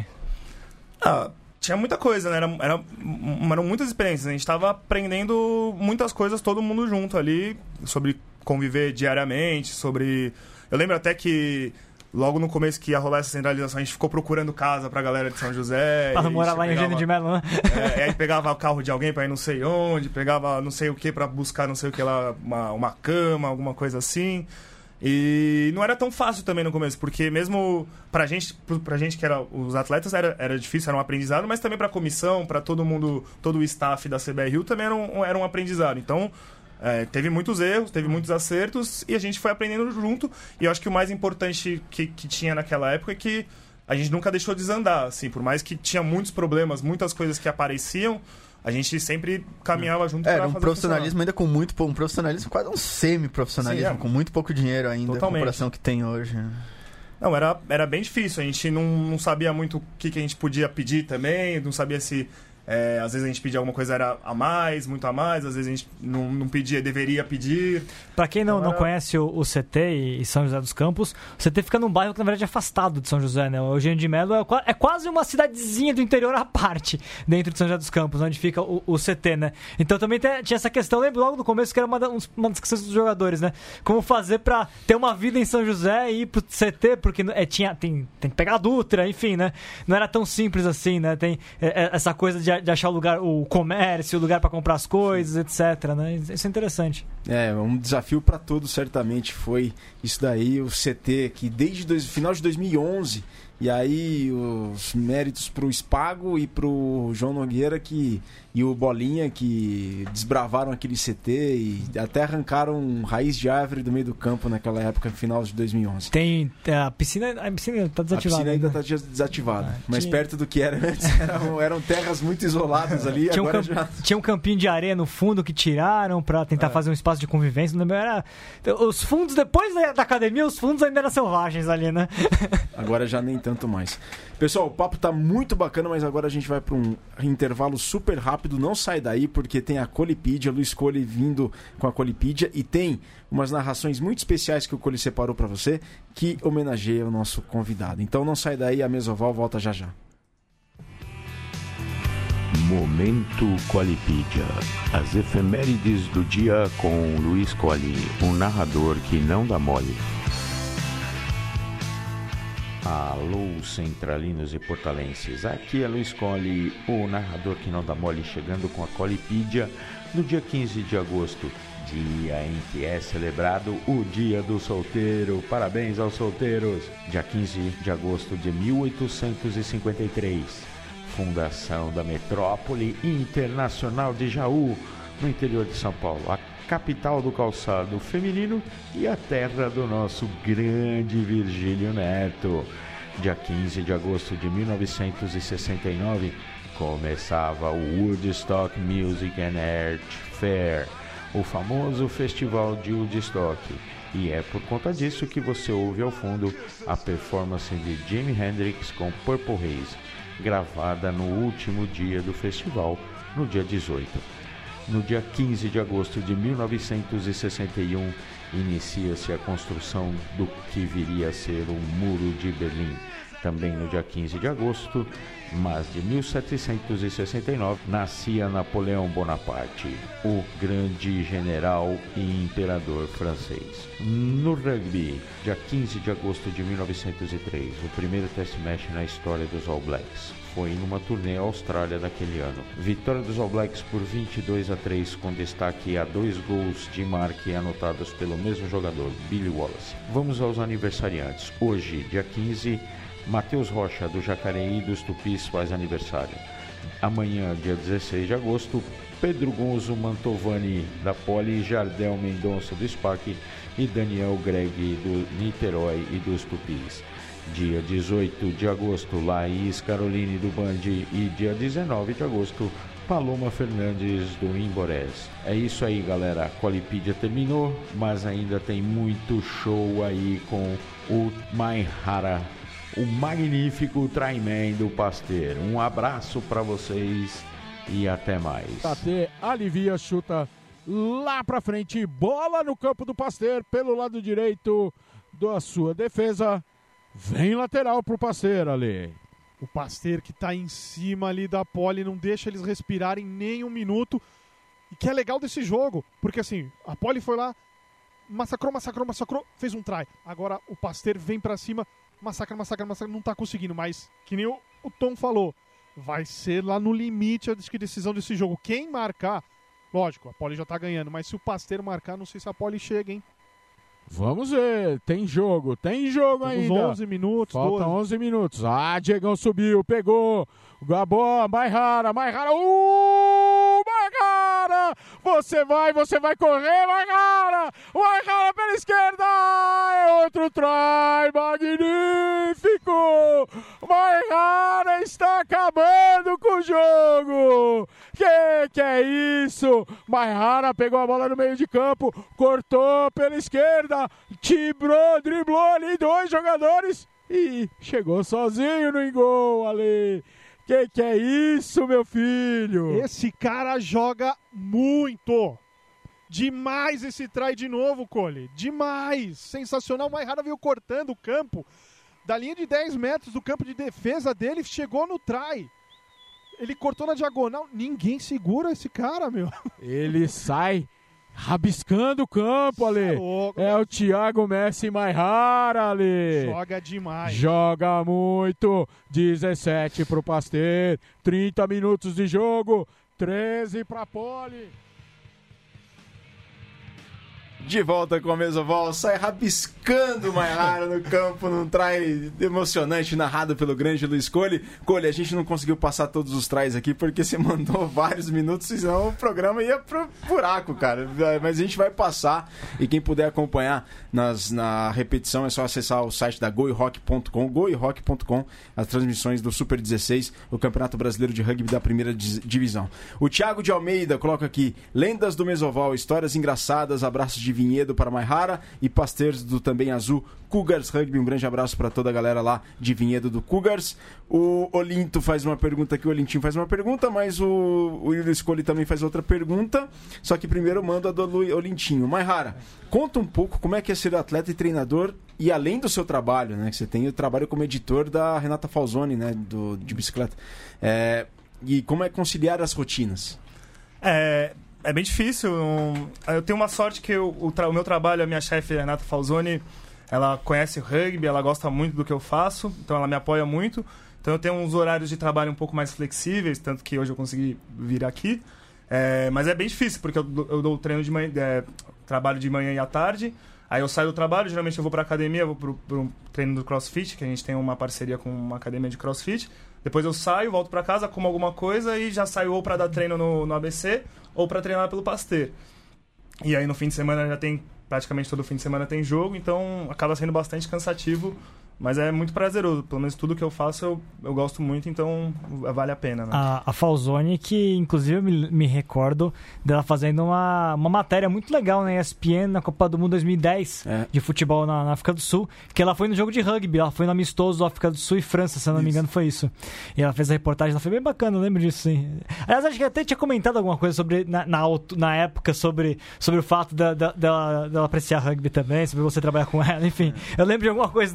Tinha muita coisa, né? Eram muitas experiências. A gente estava aprendendo muitas coisas, todo mundo junto ali, sobre conviver diariamente, sobre... Eu lembro até que logo no começo que ia rolar essa centralização, a gente ficou procurando casa pra galera de São José. Pra morar lá em Eugênio de Mello, né? E aí pegava o carro de alguém pra ir não sei onde, pegava não sei o que pra buscar não sei o que lá, uma cama, alguma coisa assim. E não era tão fácil também no começo, porque mesmo pra gente que era os atletas era difícil, era um aprendizado, mas também pra comissão, pra todo mundo, todo o staff da CBRU também era um aprendizado. Então, teve muitos erros, teve muitos acertos e a gente foi aprendendo junto. E eu acho que o mais importante que tinha naquela época é que a gente nunca deixou desandar, assim, por mais que tinha muitos problemas, muitas coisas que apareciam, a gente sempre caminhava junto pra fazer um profissionalismo ainda com muito pouco, um profissionalismo quase um semi-profissionalismo, com muito pouco dinheiro ainda, a comparação que tem hoje. Não, era bem difícil, a gente não sabia muito o que a gente podia pedir também, não sabia se... às vezes a gente pedia alguma coisa era a mais, muito a mais, às vezes a gente não pedia, deveria pedir. Pra quem não conhece o CT e São José dos Campos, o CT fica num bairro que na verdade é afastado de São José, né? O Eugênio de Mello é quase uma cidadezinha do interior à parte, dentro de São José dos Campos, onde fica o CT, né? Então também tinha essa questão, lembro logo no começo que era uma das questões dos jogadores, né? Como fazer pra ter uma vida em São José e ir pro CT, porque tem que pegar a Dutra, enfim, né? Não era tão simples assim, né? Tem essa coisa de achar o lugar, o comércio, o lugar para comprar as coisas, etc, né? Isso é interessante. Um desafio para todos, certamente, foi isso daí, o CT, que desde o final de 2011, e aí os méritos pro Spago e pro João Nogueira e o Bolinha, que desbravaram aquele CT e até arrancaram raiz de árvore do meio do campo naquela época, no final de 2011. Tem a piscina tá desativada. A piscina ainda tá desativada, mas perto do que era antes, eram terras muito isoladas ali. Tinha um campinho de areia no fundo que tiraram para tentar fazer um espaço de convivência. Não lembro, os fundos, depois da academia, os fundos ainda eram selvagens ali, né? Agora já nem tanto mais. Pessoal, o papo tá muito bacana, mas agora a gente vai para um intervalo super rápido. Não sai daí, porque tem a Colipídia, Luiz Colli vindo com a Colipídia, e tem umas narrações muito especiais que o Colli separou para você, que homenageia o nosso convidado. Então não sai daí, a Mesoval volta já já. Momento Colipídia. As efemérides do dia com Luiz Colli, um narrador que não dá mole. Alô, centralinos e portalenses, aqui é Luiz Colli, o narrador que não dá mole, chegando com a Colipídia no dia 15 de agosto, dia em que é celebrado o Dia do Solteiro. Parabéns aos solteiros! Dia 15 de agosto de 1853, fundação da Metrópole Internacional de Jaú, no interior de São Paulo, a capital do calçado feminino e a terra do nosso grande Virgílio Neto. Dia 15 de agosto de 1969, começava o Woodstock Music and Art Fair, o famoso festival de Woodstock. E é por conta disso que você ouve ao fundo a performance de Jimi Hendrix com Purple Haze, gravada no último dia do festival, no dia 18. No dia 15 de agosto de 1961, inicia-se a construção do que viria a ser o Muro de Berlim. Também no dia 15 de agosto, mas de 1769, nascia Napoleão Bonaparte, o grande general e imperador francês. No rugby, dia 15 de agosto de 1903, o primeiro test match na história dos All Blacks. Foi numa turnê à Austrália daquele ano. Vitória dos All Blacks por 22-3, com destaque a 2 gols de marque anotados pelo mesmo jogador, Billy Wallace. Vamos aos aniversariantes. Hoje, dia 15, Matheus Rocha, do Jacareí dos Tupis, faz aniversário. Amanhã, dia 16 de agosto, Pedro Gonzo Mantovani, da Poli, Jardel Mendonça, do SPAC e Daniel Greg, do Niterói e dos Tupis. Dia 18 de agosto, Laís Caroline, do Band, e dia 19 de agosto, Paloma Fernandes, do Imborés. É isso aí, galera. A Colipídia terminou, mas ainda tem muito show aí com o Maihara, o magnífico Tryman do Pasteur. Um abraço para vocês e até mais. Tate alivia, chuta lá pra frente, bola no campo do Pasteur, pelo lado direito da sua defesa. Vem lateral pro Pasteur ali. O Pasteur que tá em cima ali da Poli, não deixa eles respirarem nem um minuto. E que é legal desse jogo, porque assim, a Poli foi lá, massacrou, fez um try. Agora o Pasteur vem pra cima, massacra, não tá conseguindo, mas que nem o Tom falou, vai ser lá no limite a decisão desse jogo. Quem marcar, lógico, a Poli já tá ganhando, mas se o Pasteur marcar, não sei se a Poli chega, hein? Vamos ver, tem jogo ainda. 11 minutos. Faltam 11 minutos. Ah, Diegão subiu, pegou. Gabó, Maihara. Maihara, você vai correr, Maihara pela esquerda, é outro try, magnífico. Maihara está acabando com o jogo. Que é isso? Maihara pegou a bola no meio de campo, cortou pela esquerda, driblou ali 2 jogadores e chegou sozinho no gol ali. Que é isso, meu filho? Esse cara joga muito. Demais esse try de novo, Cole. Demais. Sensacional. O Maihara veio cortando o campo. Da linha de 10 metros do campo de defesa dele, chegou no try. Ele cortou na diagonal. Ninguém segura esse cara, meu. Ele sai rabiscando o campo ali. É o Thiago Messi Maihara ali. Joga demais. Joga muito. 17 pro Pasteur. 30 minutos de jogo. 13 pra Poli. De volta com a Mesoval, sai rabiscando o Maihara no campo, num try emocionante narrado pelo grande Luiz Cole. Cole, a gente não conseguiu passar todos os tries aqui porque você mandou vários minutos, senão o programa ia pro buraco, cara. Mas a gente vai passar e quem puder acompanhar na repetição é só acessar o site da goirock.com, as transmissões do Super 16, o Campeonato Brasileiro de Rugby da primeira divisão. O Thiago de Almeida coloca aqui, lendas do Mesoval, histórias engraçadas, abraços de Vinhedo para Maihara e Pasteur do também azul Cougars Rugby. Um grande abraço para toda a galera lá de Vinhedo do Cougars. O Olinto faz uma pergunta aqui, o Olintinho faz uma pergunta, mas o Luiz Cole também faz outra pergunta, só que primeiro eu mando a do Olintinho. Maihara, conta um pouco como é que é ser atleta e treinador e além do seu trabalho, né, que você tem o trabalho como editor da Renata Falzoni, né, de bicicleta, e como é conciliar as rotinas? É bem difícil. Eu tenho uma sorte que o meu trabalho, a minha chefe, Renata Falzoni, ela conhece rugby, ela gosta muito do que eu faço, então ela me apoia muito. Então eu tenho uns horários de trabalho um pouco mais flexíveis, tanto que hoje eu consegui vir aqui. Mas é bem difícil, porque eu dou treino de manhã, trabalho de manhã e à tarde. Aí eu saio do trabalho, geralmente eu vou pra academia, eu vou pro treino do CrossFit, que a gente tem uma parceria com uma academia de CrossFit. Depois eu saio, volto pra casa, como alguma coisa e já saio ou pra dar treino no ABC ou pra treinar pelo Pasteur. E aí no fim de semana já tem, praticamente todo fim de semana tem jogo, então acaba sendo bastante cansativo, mas é muito prazeroso. Pelo menos tudo que eu faço eu gosto muito, então vale a pena, né? A Falzoni, que inclusive eu me recordo dela fazendo uma matéria muito legal na ESPN na Copa do Mundo 2010 de futebol na África do Sul, que ela foi no jogo de rugby, ela foi no amistoso África do Sul e França, se eu não me engano foi isso. E ela fez a reportagem, ela foi bem bacana, eu lembro disso, sim. Aliás, acho que até tinha comentado alguma coisa sobre, na época sobre o fato dela apreciar rugby também, sobre você trabalhar com ela, enfim. Eu lembro de alguma coisa do gênero lá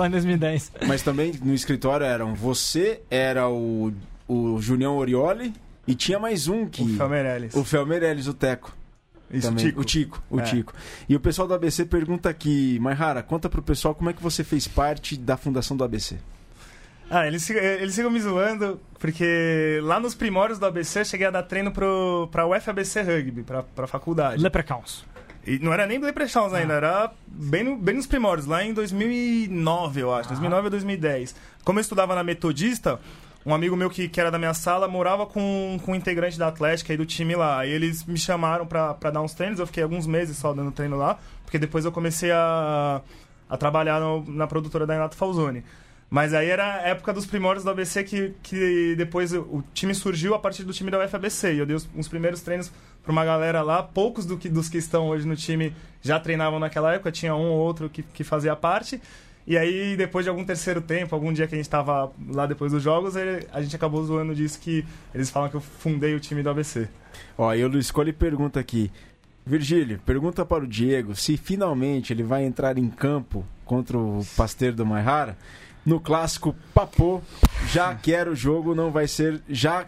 lá em 2010. Mas também no escritório eram você, era o Julião Orioli e tinha mais um que... O Fel Meirelles. O Fel Meirelles, o Teco. Isso, Também. o Tico. É. Tico. E o pessoal do ABC pergunta aqui, Maihara, conta pro pessoal como é que você fez parte da fundação do ABC. Eles ficam me zoando, porque lá nos primórdios do ABC eu cheguei a dar treino pra UFABC Rugby, pra faculdade. Leprechauns. E não era nem Leprechauns ainda, era bem nos primórdios, lá em 2009, eu acho, 2009 ou 2010. Como eu estudava na Metodista, um amigo meu que era da minha sala morava com um integrante da Atlética e do time lá. E eles me chamaram pra dar uns treinos, eu fiquei alguns meses só dando treino lá, porque depois eu comecei a trabalhar na produtora da Renato Falzoni. Mas aí era a época dos primórdios do ABC que depois o time surgiu a partir do time da UFABC. E eu dei uns primeiros treinos pra uma galera lá. Poucos dos que estão hoje no time já treinavam naquela época. Tinha um ou outro que fazia parte. E aí, depois de algum terceiro tempo, algum dia que a gente tava lá depois dos jogos, a gente acabou zoando disso que eles falam que eu fundei o time do ABC. Ó, e o Luiz Cole pergunta aqui. Virgílio, pergunta para o Diego se finalmente ele vai entrar em campo contra o Pasteur do Maihara. No clássico Papô, já quero o jogo, não vai ser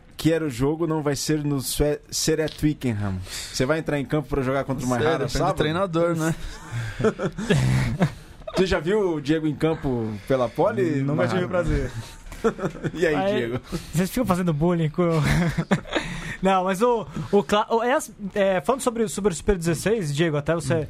no Seré Twickenham. Você vai entrar em campo para jogar contra o Maihara sábado? Treinador, né? Você já viu o Diego em campo pela Poli? Nunca tive o prazer. E aí, Diego? Vocês ficam fazendo bullying com... Não, mas falando sobre o Super 16, Diego, até você...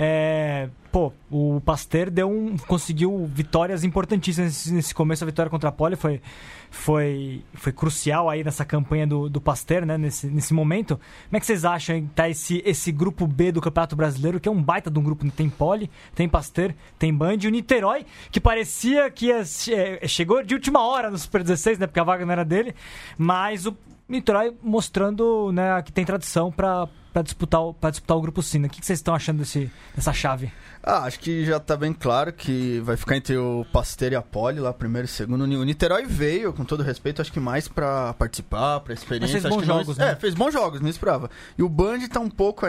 o Pasteur conseguiu vitórias importantíssimas nesse começo. A vitória contra a Poli foi crucial aí nessa campanha do Pasteur, né? Nesse momento. Como é que vocês acham que tá esse grupo B do Campeonato Brasileiro, que é um baita de um grupo? Tem Poli, tem Pasteur, tem Band, e o Niterói, que parecia que chegou de última hora no Super 16, né? Porque a vaga não era dele, mas o Niterói mostrando, né, que tem tradição para disputar o Grupo Sina. O que vocês estão achando dessa chave? Acho que já tá bem claro que vai ficar entre o Pasteur e a Poli lá, primeiro e segundo. O Niterói veio, com todo respeito, acho que mais pra participar, pra experiência. Mas fez bons jogos, né? Fez bons jogos, não esperava. E o Band tá um pouco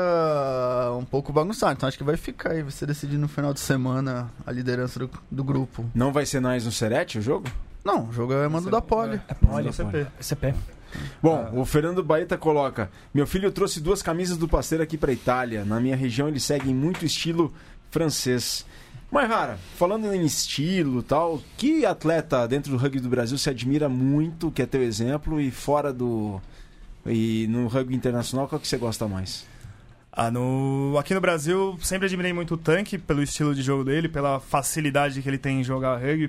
bagunçado, então acho que vai ficar aí, vai ser decidido no final de semana a liderança do grupo. Não vai ser mais no Serete o jogo? Não, o jogo é mando da Poli. É Poli, CP. Bom, o Fernando Baeta coloca: meu filho trouxe 2 camisas do Pasteur aqui pra Itália. Na minha região eles seguem muito estilo francês. Maihara, falando em estilo e tal, que atleta dentro do rugby do Brasil se admira muito, que é teu exemplo, e fora e no rugby internacional, qual que você gosta mais? Aqui no Brasil, sempre admirei muito o Tanque, pelo estilo de jogo dele, pela facilidade que ele tem em jogar rugby,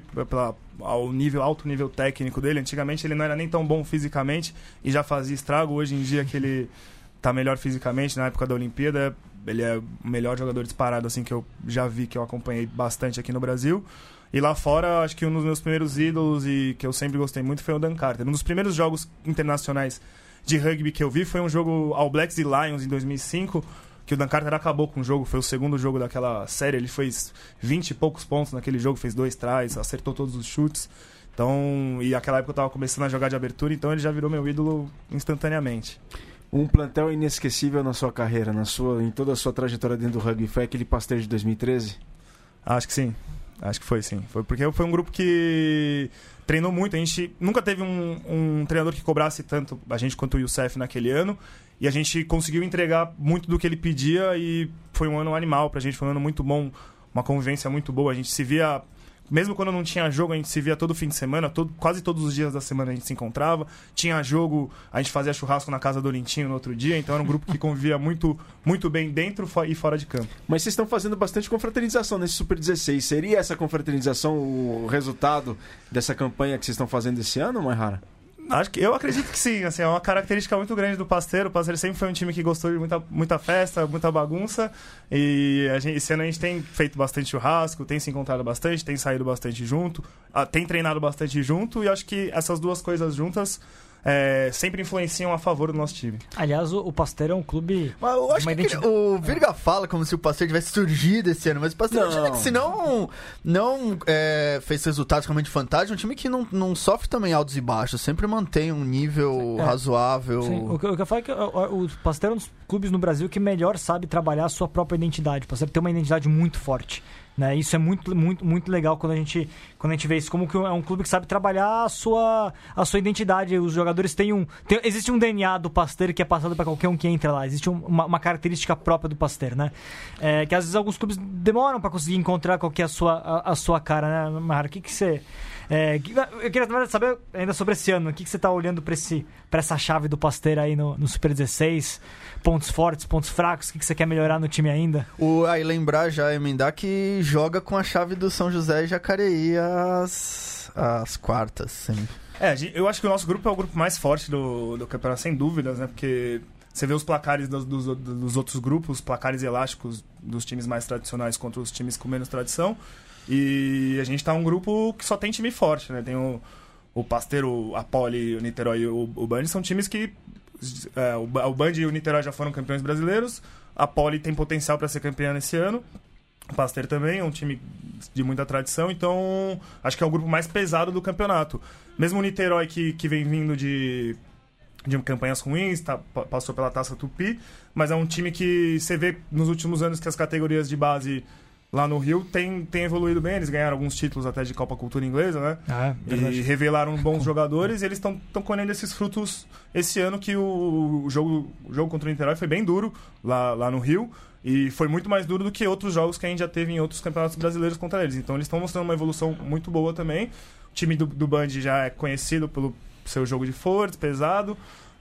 alto nível técnico dele. Antigamente ele não era nem tão bom fisicamente e já fazia estrago. Hoje em dia que ele tá melhor fisicamente, na época da Olimpíada, ele é o melhor jogador disparado assim, que eu já vi, que eu acompanhei bastante aqui no Brasil. E lá fora, acho que um dos meus primeiros ídolos e que eu sempre gostei muito foi o Dan Carter. Um dos primeiros jogos internacionais de rugby que eu vi foi um jogo All Blacks e Lions em 2005, que o Dan Carter acabou com o jogo, foi o segundo jogo daquela série, ele fez 20 e poucos pontos naquele jogo, fez 2 tries, acertou todos os chutes. Então, e naquela época eu estava começando a jogar de abertura, então ele já virou meu ídolo instantaneamente. Um plantel inesquecível na sua carreira, em toda a sua trajetória dentro do rugby, foi aquele Pasteur de 2013? Acho que sim. Acho que foi, sim. Foi porque foi um grupo que treinou muito. A gente nunca teve um treinador que cobrasse tanto a gente quanto o Youssef naquele ano. E a gente conseguiu entregar muito do que ele pedia e foi um ano animal pra gente. Foi um ano muito bom, uma convivência muito boa. A gente se via... Mesmo quando não tinha jogo, a gente se via todo fim de semana, quase todos os dias da semana a gente se encontrava. Tinha jogo, a gente fazia churrasco na casa do Olintinho no outro dia. Então era um grupo que convivia muito, muito bem dentro e fora de campo. Mas vocês estão fazendo bastante confraternização nesse Super 16. Seria essa confraternização o resultado dessa campanha que vocês estão fazendo esse ano, Maihara? Eu acredito que sim, assim, é uma característica muito grande do Pasteur. O Pasteur sempre foi um time que gostou de muita festa, muita bagunça. E esse ano a gente tem feito bastante churrasco, tem se encontrado bastante, tem saído bastante junto, tem treinado bastante junto. E acho que essas duas coisas juntas sempre influenciam a favor do nosso time. Aliás, o Pasteur é um clube... Mas eu acho que o Virga fala como se o Pasteur tivesse surgido esse ano, mas o Pasteur, se não fez resultados realmente fantásticos, é um time que não sofre também altos e baixos, sempre mantém um nível razoável. Sim. O que eu falo é que o Pasteur é um dos clubes no Brasil que melhor sabe trabalhar a sua própria identidade. O Pasteur tem uma identidade muito forte. né? Isso é muito, muito, muito legal quando a gente vê isso, como que é um clube que sabe trabalhar a sua identidade. Os jogadores existe um DNA do Pasteur que é passado para qualquer um que entra lá. Existe uma característica própria do Pasteur, né? Que às vezes alguns clubes demoram para conseguir encontrar qual que é a sua cara, né, Mahara? O que você... eu queria saber ainda sobre esse ano. O que você está olhando para essa chave do Pasteur aí no Super 16? Pontos fortes, pontos fracos? O que você quer melhorar no time ainda? Aí lembrar já, emendar que joga com a chave do São José e Jacareí as quartas, sempre. Eu acho que o nosso grupo é o grupo mais forte do campeonato, sem dúvidas, né? Porque você vê os placares dos outros grupos, placares elásticos dos times mais tradicionais contra os times com menos tradição. E a gente tá um grupo que só tem time forte, né? Tem o Pasteur, a Poli, o Niterói e o Band, são times que... o Band e o Niterói já foram campeões brasileiros. A Poli tem potencial para ser campeã nesse ano. O Pasteur também é um time de muita tradição. Então, acho que é o grupo mais pesado do campeonato. Mesmo o Niterói, que vem vindo de campanhas ruins, passou pela Taça Tupi, mas é um time que você vê nos últimos anos que as categorias de base lá no Rio tem evoluído bem. Eles ganharam alguns títulos até de Copa Cultura Inglesa, né? E revelaram bons jogadores, e eles estão colhendo esses frutos esse ano, que o jogo contra o Niterói foi bem duro lá no Rio, e foi muito mais duro do que outros jogos que a gente já teve em outros campeonatos brasileiros contra eles. Então eles estão mostrando uma evolução muito boa também. O time do Band já é conhecido pelo seu jogo de força, pesado,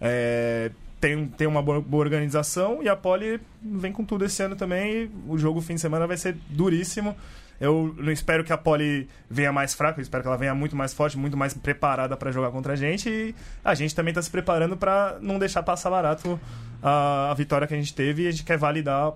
tem uma boa organização, e a Poli vem com tudo esse ano também. O jogo fim de semana vai ser duríssimo. Eu não espero que a Poli venha mais fraca, eu espero que ela venha muito mais forte, muito mais preparada para jogar contra a gente, e a gente também está se preparando para não deixar passar barato a vitória que a gente teve, e a gente quer validar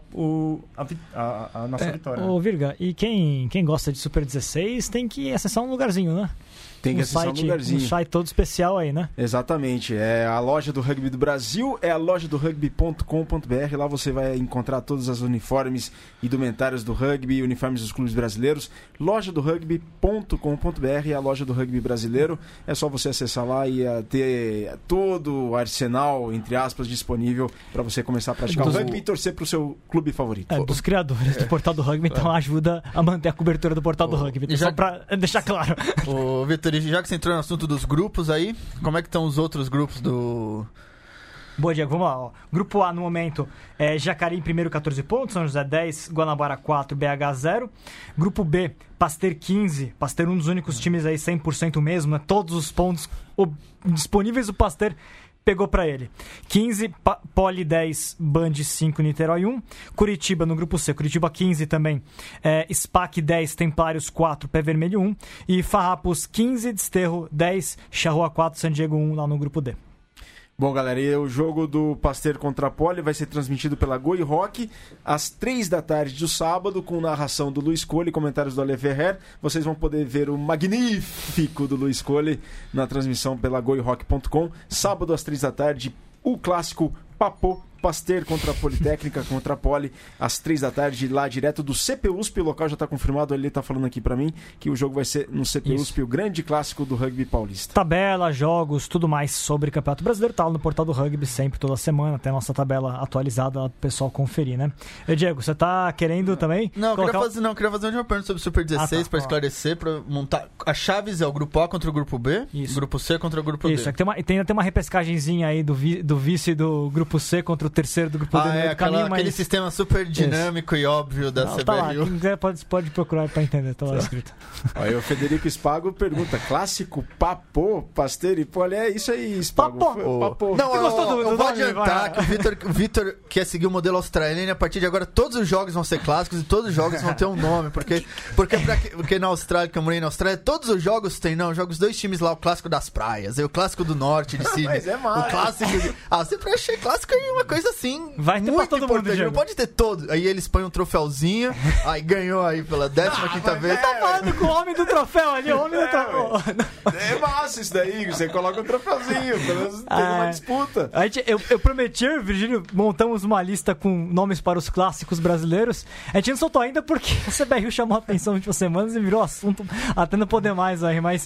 a nossa vitória. Ô Virga, e quem gosta de Super 16 tem que acessar um lugarzinho, né? Tem que acessar um lugarzinho. Um site todo especial aí, né? Exatamente. É a loja do Rugby do Brasil, é a loja do rugby.com.br. Lá você vai encontrar todos os uniformes e indumentários do rugby, uniformes dos clubes brasileiros. Loja do rugby.com.br é a loja do rugby brasileiro. É só você acessar lá e ter todo o arsenal, entre aspas, disponível para você começar a praticar o rugby e torcer para o seu clube favorito. Dos criadores do Portal do Rugby, então ajuda a manter a cobertura do Portal do Rugby. Então, só para deixar claro. Ô, Vitor, já que você entrou no assunto dos grupos aí, como é que estão os outros grupos do... Boa, Diego, vamos lá. Ó. Grupo A, no momento, Jacareí em primeiro, 14 pontos, São José 10, Guanabara 4, BH 0. Grupo B, Pasteur 15, Pasteur um dos únicos times aí 100% mesmo, né? Todos os pontos disponíveis do Pasteur pegou pra ele. 15, Poli 10, Band 5, Niterói 1. Curitiba no grupo C, Curitiba 15 também. SPAC 10, Templários 4, Pé Vermelho 1. E Farrapos 15, Desterro 10, Charrua 4, San Diego 1 lá no grupo D. Bom, galera, e o jogo do Pasteur contra a Poli vai ser transmitido pela Goi Rock às 3 da tarde do sábado, com narração do Luiz Cole e comentários do Ale Ferrer. Vocês vão poder ver o magnífico do Luiz Cole na transmissão pela goirock.com. Sábado às 3 da tarde, o clássico Papô Pasteur contra a Politécnica, contra a Poli, às 3 da tarde, lá direto do CPUSP. O local já está confirmado, ele está falando aqui para mim que o jogo vai ser no CPUSP, o grande clássico do rugby paulista. Tabela, jogos, tudo mais sobre Campeonato Brasileiro, tá lá no Portal do Rugby, sempre, toda semana, tem a nossa tabela atualizada lá pro pessoal conferir, né? E Diego, você tá querendo também? Não, queria fazer uma pergunta sobre o Super 16 para esclarecer, para montar. As chaves é o grupo A contra o grupo B, o grupo C contra o grupo D. Isso, é que tem uma repescagenzinha aí do vice do grupo C contra o terceiro do grupo D. Aquele sistema super dinâmico e óbvio da CBRU. Tá lá, quem quiser pode procurar para entender, tá lá escrito. Aí o Federico Spago pergunta, clássico Papô, Pasteur e Poli, é isso aí, Spago. Papô. Não, eu vou adiantar que o Vitor quer seguir o modelo australiano, e a partir de agora todos os jogos vão ser clássicos e todos os jogos vão ter um nome, porque na Austrália, que eu morei na Austrália, todos os jogos tem, jogos dois times lá, o clássico das praias, o clássico do norte de Sydney, mas é massa. O clássico sempre achei clássico aí uma coisa assim, vai ter muito pra todo importante, mundo, não pode ter todos, aí eles põem um troféuzinho, aí ganhou aí pela 15ª vez. Tá falando com o homem do troféu ali, o homem do troféu. É massa isso daí, você coloca um troféuzinho, pelo menos tem uma disputa. Eu prometi, Virgílio, montamos uma lista com nomes para os clássicos brasileiros. A gente não soltou ainda porque a CBRU chamou a atenção nas últimas semanas e virou assunto até não poder mais aí, mas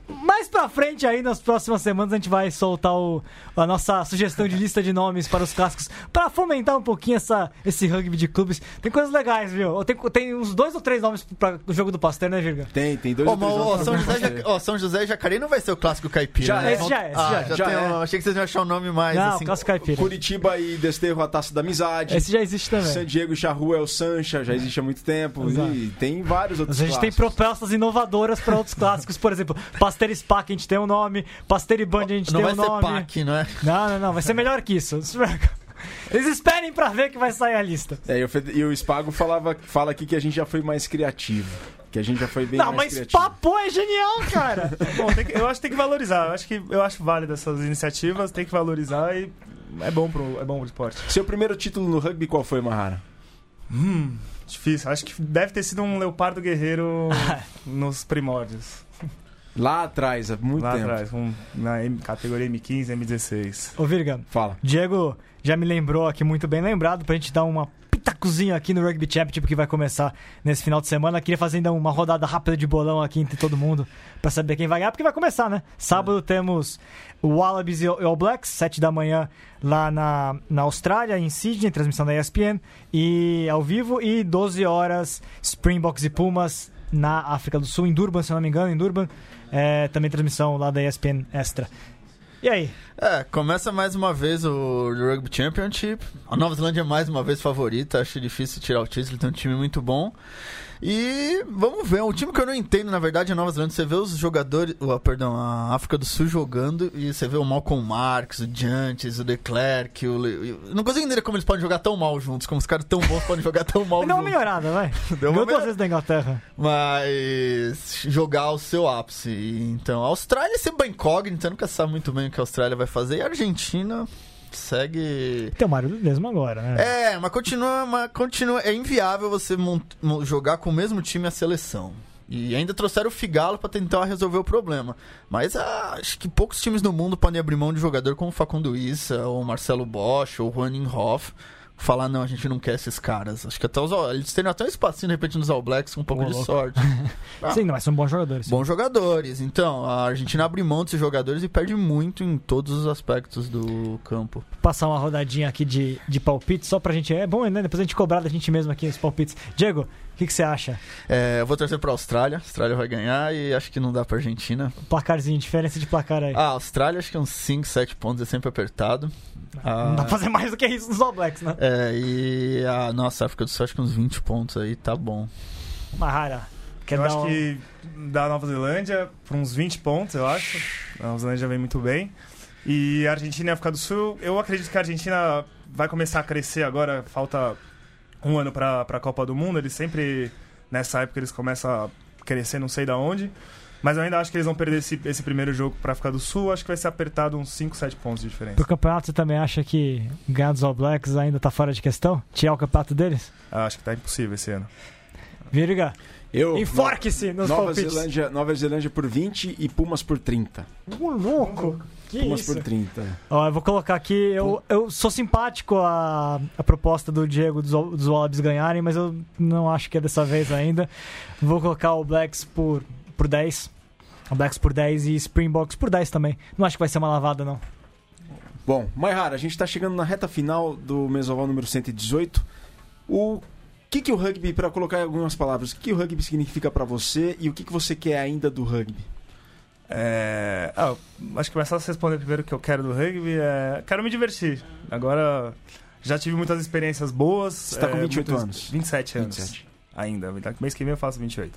Mais pra frente aí, nas próximas semanas, a gente vai soltar a nossa sugestão de lista de nomes para os clássicos, pra fomentar um pouquinho esse rugby de clubes. Tem coisas legais, viu? Tem uns 2 ou 3 nomes para o jogo do Pasteur, né, Virga? Tem 2 ou 3 nomes. São José e Jacareí não vai ser o clássico caipira. Esse já é. Achei que vocês iam achar um nome mais não, assim. clássico caipira. Curitiba e Desterro, a Taça da Amizade. Esse já existe também. San Diego e Charrua é o Sancha, já existe há muito tempo. Exato. E tem vários outros A gente tem propostas inovadoras para outros clássicos, por exemplo, Pasteur e SPAC a gente tem um nome, Pasteur e Band a gente tem um nome. Não vai ser PAC, não é? Não, vai ser melhor que isso. Eles esperem pra ver que vai sair a lista. E o Spago fala aqui que a gente já foi mais criativo. Que a gente já foi bem mais criativo. Não, mas papo é genial, cara. Bom, eu acho que tem que valorizar. Eu acho válido essas iniciativas, tem que valorizar e é bom pro esporte. Seu primeiro título no rugby qual foi, Mahara? Difícil. Acho que deve ter sido um Leopardo Guerreiro nos primórdios. Lá atrás, há muito tempo. Lá atrás, na categoria M15, M16. Ô, Virga, fala. Diego já me lembrou aqui, muito bem lembrado, pra gente dar uma pitacozinha aqui no Rugby Championship que vai começar nesse final de semana. Queria fazer ainda uma rodada rápida de bolão aqui entre todo mundo pra saber quem vai ganhar, porque vai começar, né? Sábado temos o Wallabies e o All Blacks, 7 da manhã lá na Austrália, em Sydney, transmissão da ESPN, e ao vivo, e 12 horas Springboks e Pumas na África do Sul, em Durban, se eu não me engano, em Durban. Também transmissão lá da ESPN Extra. E aí? Começa mais uma vez o Rugby Championship. A Nova Zelândia é mais uma vez favorita. Acho difícil tirar o título, tem um time muito bom. E vamos ver, um time que eu não entendo, na verdade, é a Nova Zelândia. Você vê os jogadores, a África do Sul jogando, e você vê o Malcolm Marx, o Giantes, o De Klerk, eu não consigo entender como eles podem jogar tão mal juntos, como os caras tão bons podem jogar tão mal juntos. Deu uma melhorada, vai. Ganhou 2 vezes da Inglaterra. Mas jogar o seu ápice. Então, a Austrália é sempre incógnita, nunca sabe muito bem o que a Austrália vai fazer. E a Argentina segue... Tem o Mário mesmo agora, né? Mas continua. É inviável você jogar com o mesmo time a seleção. E ainda trouxeram o Figalo pra tentar resolver o problema. Mas acho que poucos times no mundo podem abrir mão de jogador como o Facundo Issa, ou o Marcelo Bosch, ou o Juan Inhofe. Falar, não, a gente não quer esses caras. Acho que até eles teriam até um espacinho, de repente, nos All Blacks, com um pouco de sorte. Sim, mas são bons jogadores. Bons jogadores. Então, a Argentina abre mão desses jogadores e perde muito em todos os aspectos do campo. Passar uma rodadinha aqui de palpites, só pra gente... É bom, né? Depois a gente cobrar da gente mesmo aqui os palpites. Diego, o que você acha? Eu vou torcer pra Austrália. A Austrália vai ganhar e acho que não dá pra Argentina. Placarzinho, diferença de placar aí. A Austrália, acho que uns 5, 7 pontos é sempre apertado. Não dá pra fazer mais do que isso nos All Blacks, né? E a nossa África do Sul, acho que uns 20 pontos aí, tá bom. Mahara, eu acho que da Nova Zelândia por uns 20 pontos, eu acho. A Nova Zelândia vem muito bem. E a Argentina e a África do Sul, eu acredito que a Argentina vai começar a crescer agora. Falta um ano pra Copa do Mundo. Eles sempre, nessa época, eles começam a crescer, não sei da onde. Mas eu ainda acho que eles vão perder esse primeiro jogo pra África do Sul. Acho que vai ser apertado uns 5, 7 pontos de diferença. Pro campeonato, você também acha que ganhar dos All Blacks ainda tá fora de questão? Tirar o campeonato deles? Acho que tá impossível esse ano. Virga, enforque-se nos palpites. Nova Zelândia por 20 e Pumas por 30. Louco! Que Pumas isso? por 30. Eu vou colocar aqui, eu sou simpático à proposta do Diego dos Wallabies ganharem, mas eu não acho que é dessa vez ainda. Vou colocar o Blacks por 10. O Blacks por 10 e Springboks por 10 também. Não acho que vai ser uma lavada, não. Bom, Maihara, a gente tá chegando na reta final do Mesoval número 118. O que o rugby, para colocar em algumas palavras, o que o rugby significa para você e o que você quer ainda do rugby? Acho que vai só responder primeiro o que eu quero do rugby. Quero me divertir. Agora, já tive muitas experiências boas. Você tá com 28 anos? 27 anos. 27. Ainda. Mês que vem eu faço 28.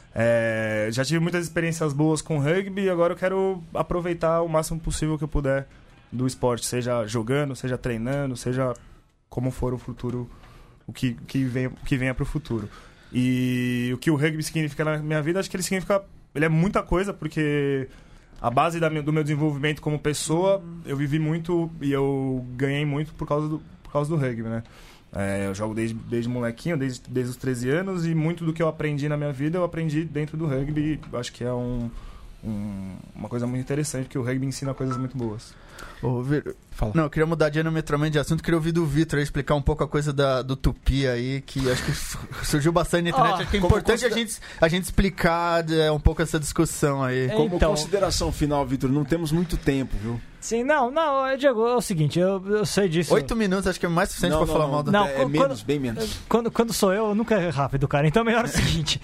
Já tive muitas experiências boas com rugby e agora eu quero aproveitar o máximo possível que eu puder do esporte. Seja jogando, seja treinando, seja como for o futuro, o que venha pro futuro. E o que o rugby significa na minha vida, acho que ele é muita coisa, porque a base do meu desenvolvimento como pessoa, eu vivi muito e eu ganhei muito por causa do rugby, né? Eu jogo desde molequinho, desde os 13 anos, e muito do que eu aprendi na minha vida, eu aprendi dentro do rugby. Acho que é um uma coisa muito interessante, que o rugby ensina coisas muito boas. Fala. Não, eu queria mudar diametralmente de assunto. Queria ouvir do Vitor aí explicar um pouco a coisa do tupi aí, que acho que surgiu bastante na internet. Acho que é importante a gente explicar um pouco essa discussão aí. Como consideração final, Vitor, não temos muito tempo, viu? Sim, não, Diego, é o seguinte, eu sei disso. 8 minutos acho que é mais suficiente pra falar mal do... Não, é menos, bem menos. Quando sou eu nunca é rápido, cara. Então, melhor é o seguinte.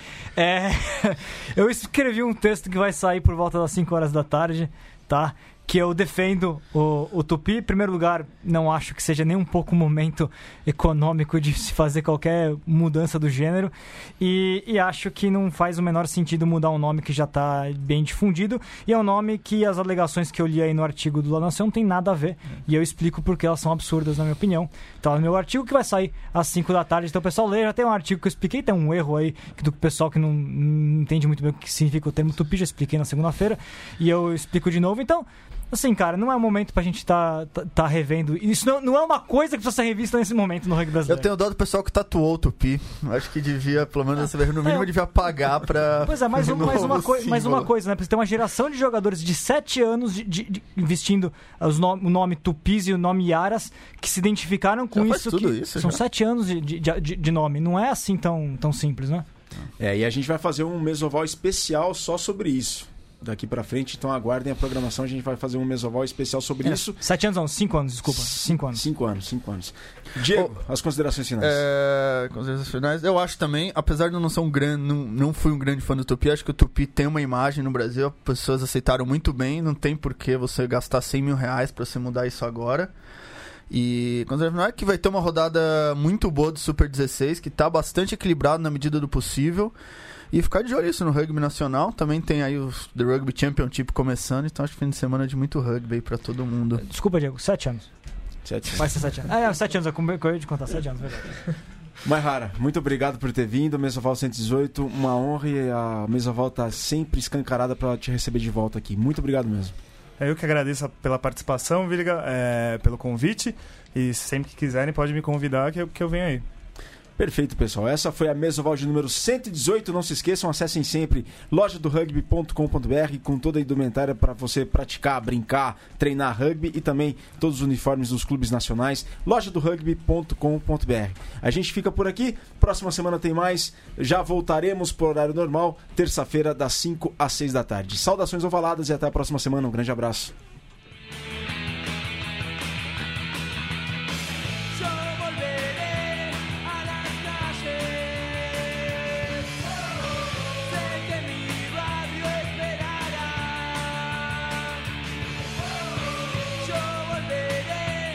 Eu escrevi um texto que vai sair por volta das 5 horas da tarde, tá? Que eu defendo o tupi. Em primeiro lugar, não acho que seja nem um pouco o momento econômico de se fazer qualquer mudança do gênero, e acho que não faz o menor sentido mudar um nome que já está bem difundido, e é um nome que as alegações que eu li aí no artigo do La Nação não tem nada a ver, e eu explico porque elas são absurdas na minha opinião. Então, no meu artigo que vai sair às 5 da tarde, então o pessoal lê, já tem um artigo que eu expliquei, tem um erro aí do pessoal que não entende muito bem o que significa o termo tupi, já expliquei na segunda-feira, e eu explico de novo. Então, assim, cara, não é o momento pra gente tá revendo. Isso não é uma coisa que precisa ser revista nesse momento no rugby brasileiro. Eu tenho dó do pessoal que tatuou o tupi. Acho que devia, pelo menos no mínimo, devia pagar pra... Pois é, mais uma coisa, né? Porque tem uma geração de jogadores de 7 anos vestindo o nome Tupis e o nome Yaras, que se identificaram com isso. São 7 anos de nome. Não é assim tão simples, né? E a gente vai fazer um mesoval especial só sobre isso daqui pra frente, então aguardem a programação, a gente vai fazer um mesoval especial sobre isso. 7 anos não, 5 anos, desculpa. 5 anos. 5 anos. Diego, as considerações finais. Considerações finais, eu acho também, apesar de eu não ser não fui um grande fã do Tupi, acho que o Tupi tem uma imagem no Brasil, as pessoas aceitaram muito bem, não tem por que você gastar 100 mil reais pra você mudar isso agora. E consideração é que vai ter uma rodada muito boa do Super 16, que tá bastante equilibrado na medida do possível. E ficar de olho isso no rugby nacional. Também tem aí o The Rugby Championship começando. Então acho que fim de semana é de muito rugby aí pra todo mundo. Desculpa, Diego, 7 anos. 7 anos. Vai ser 7 anos. 7 anos, eu ia te contar, 7 anos, verdade. Maihara, muito obrigado por ter vindo. Mesoval 118, uma honra, e a Mesoval tá sempre escancarada pra te receber de volta aqui. Muito obrigado mesmo. Eu que agradeço pela participação, Virga, pelo convite. E sempre que quiserem, pode me convidar que eu venho aí. Perfeito, pessoal. Essa foi a Mesoval de número 118. Não se esqueçam, acessem sempre lojadoRugby.com.br com toda a indumentária para você praticar, brincar, treinar rugby e também todos os uniformes dos clubes nacionais. lojadoRugby.com.br. A gente fica por aqui. Próxima semana tem mais. Já voltaremos por horário normal, terça-feira, das 5 às 6 da tarde. Saudações ovaladas e até a próxima semana. Um grande abraço.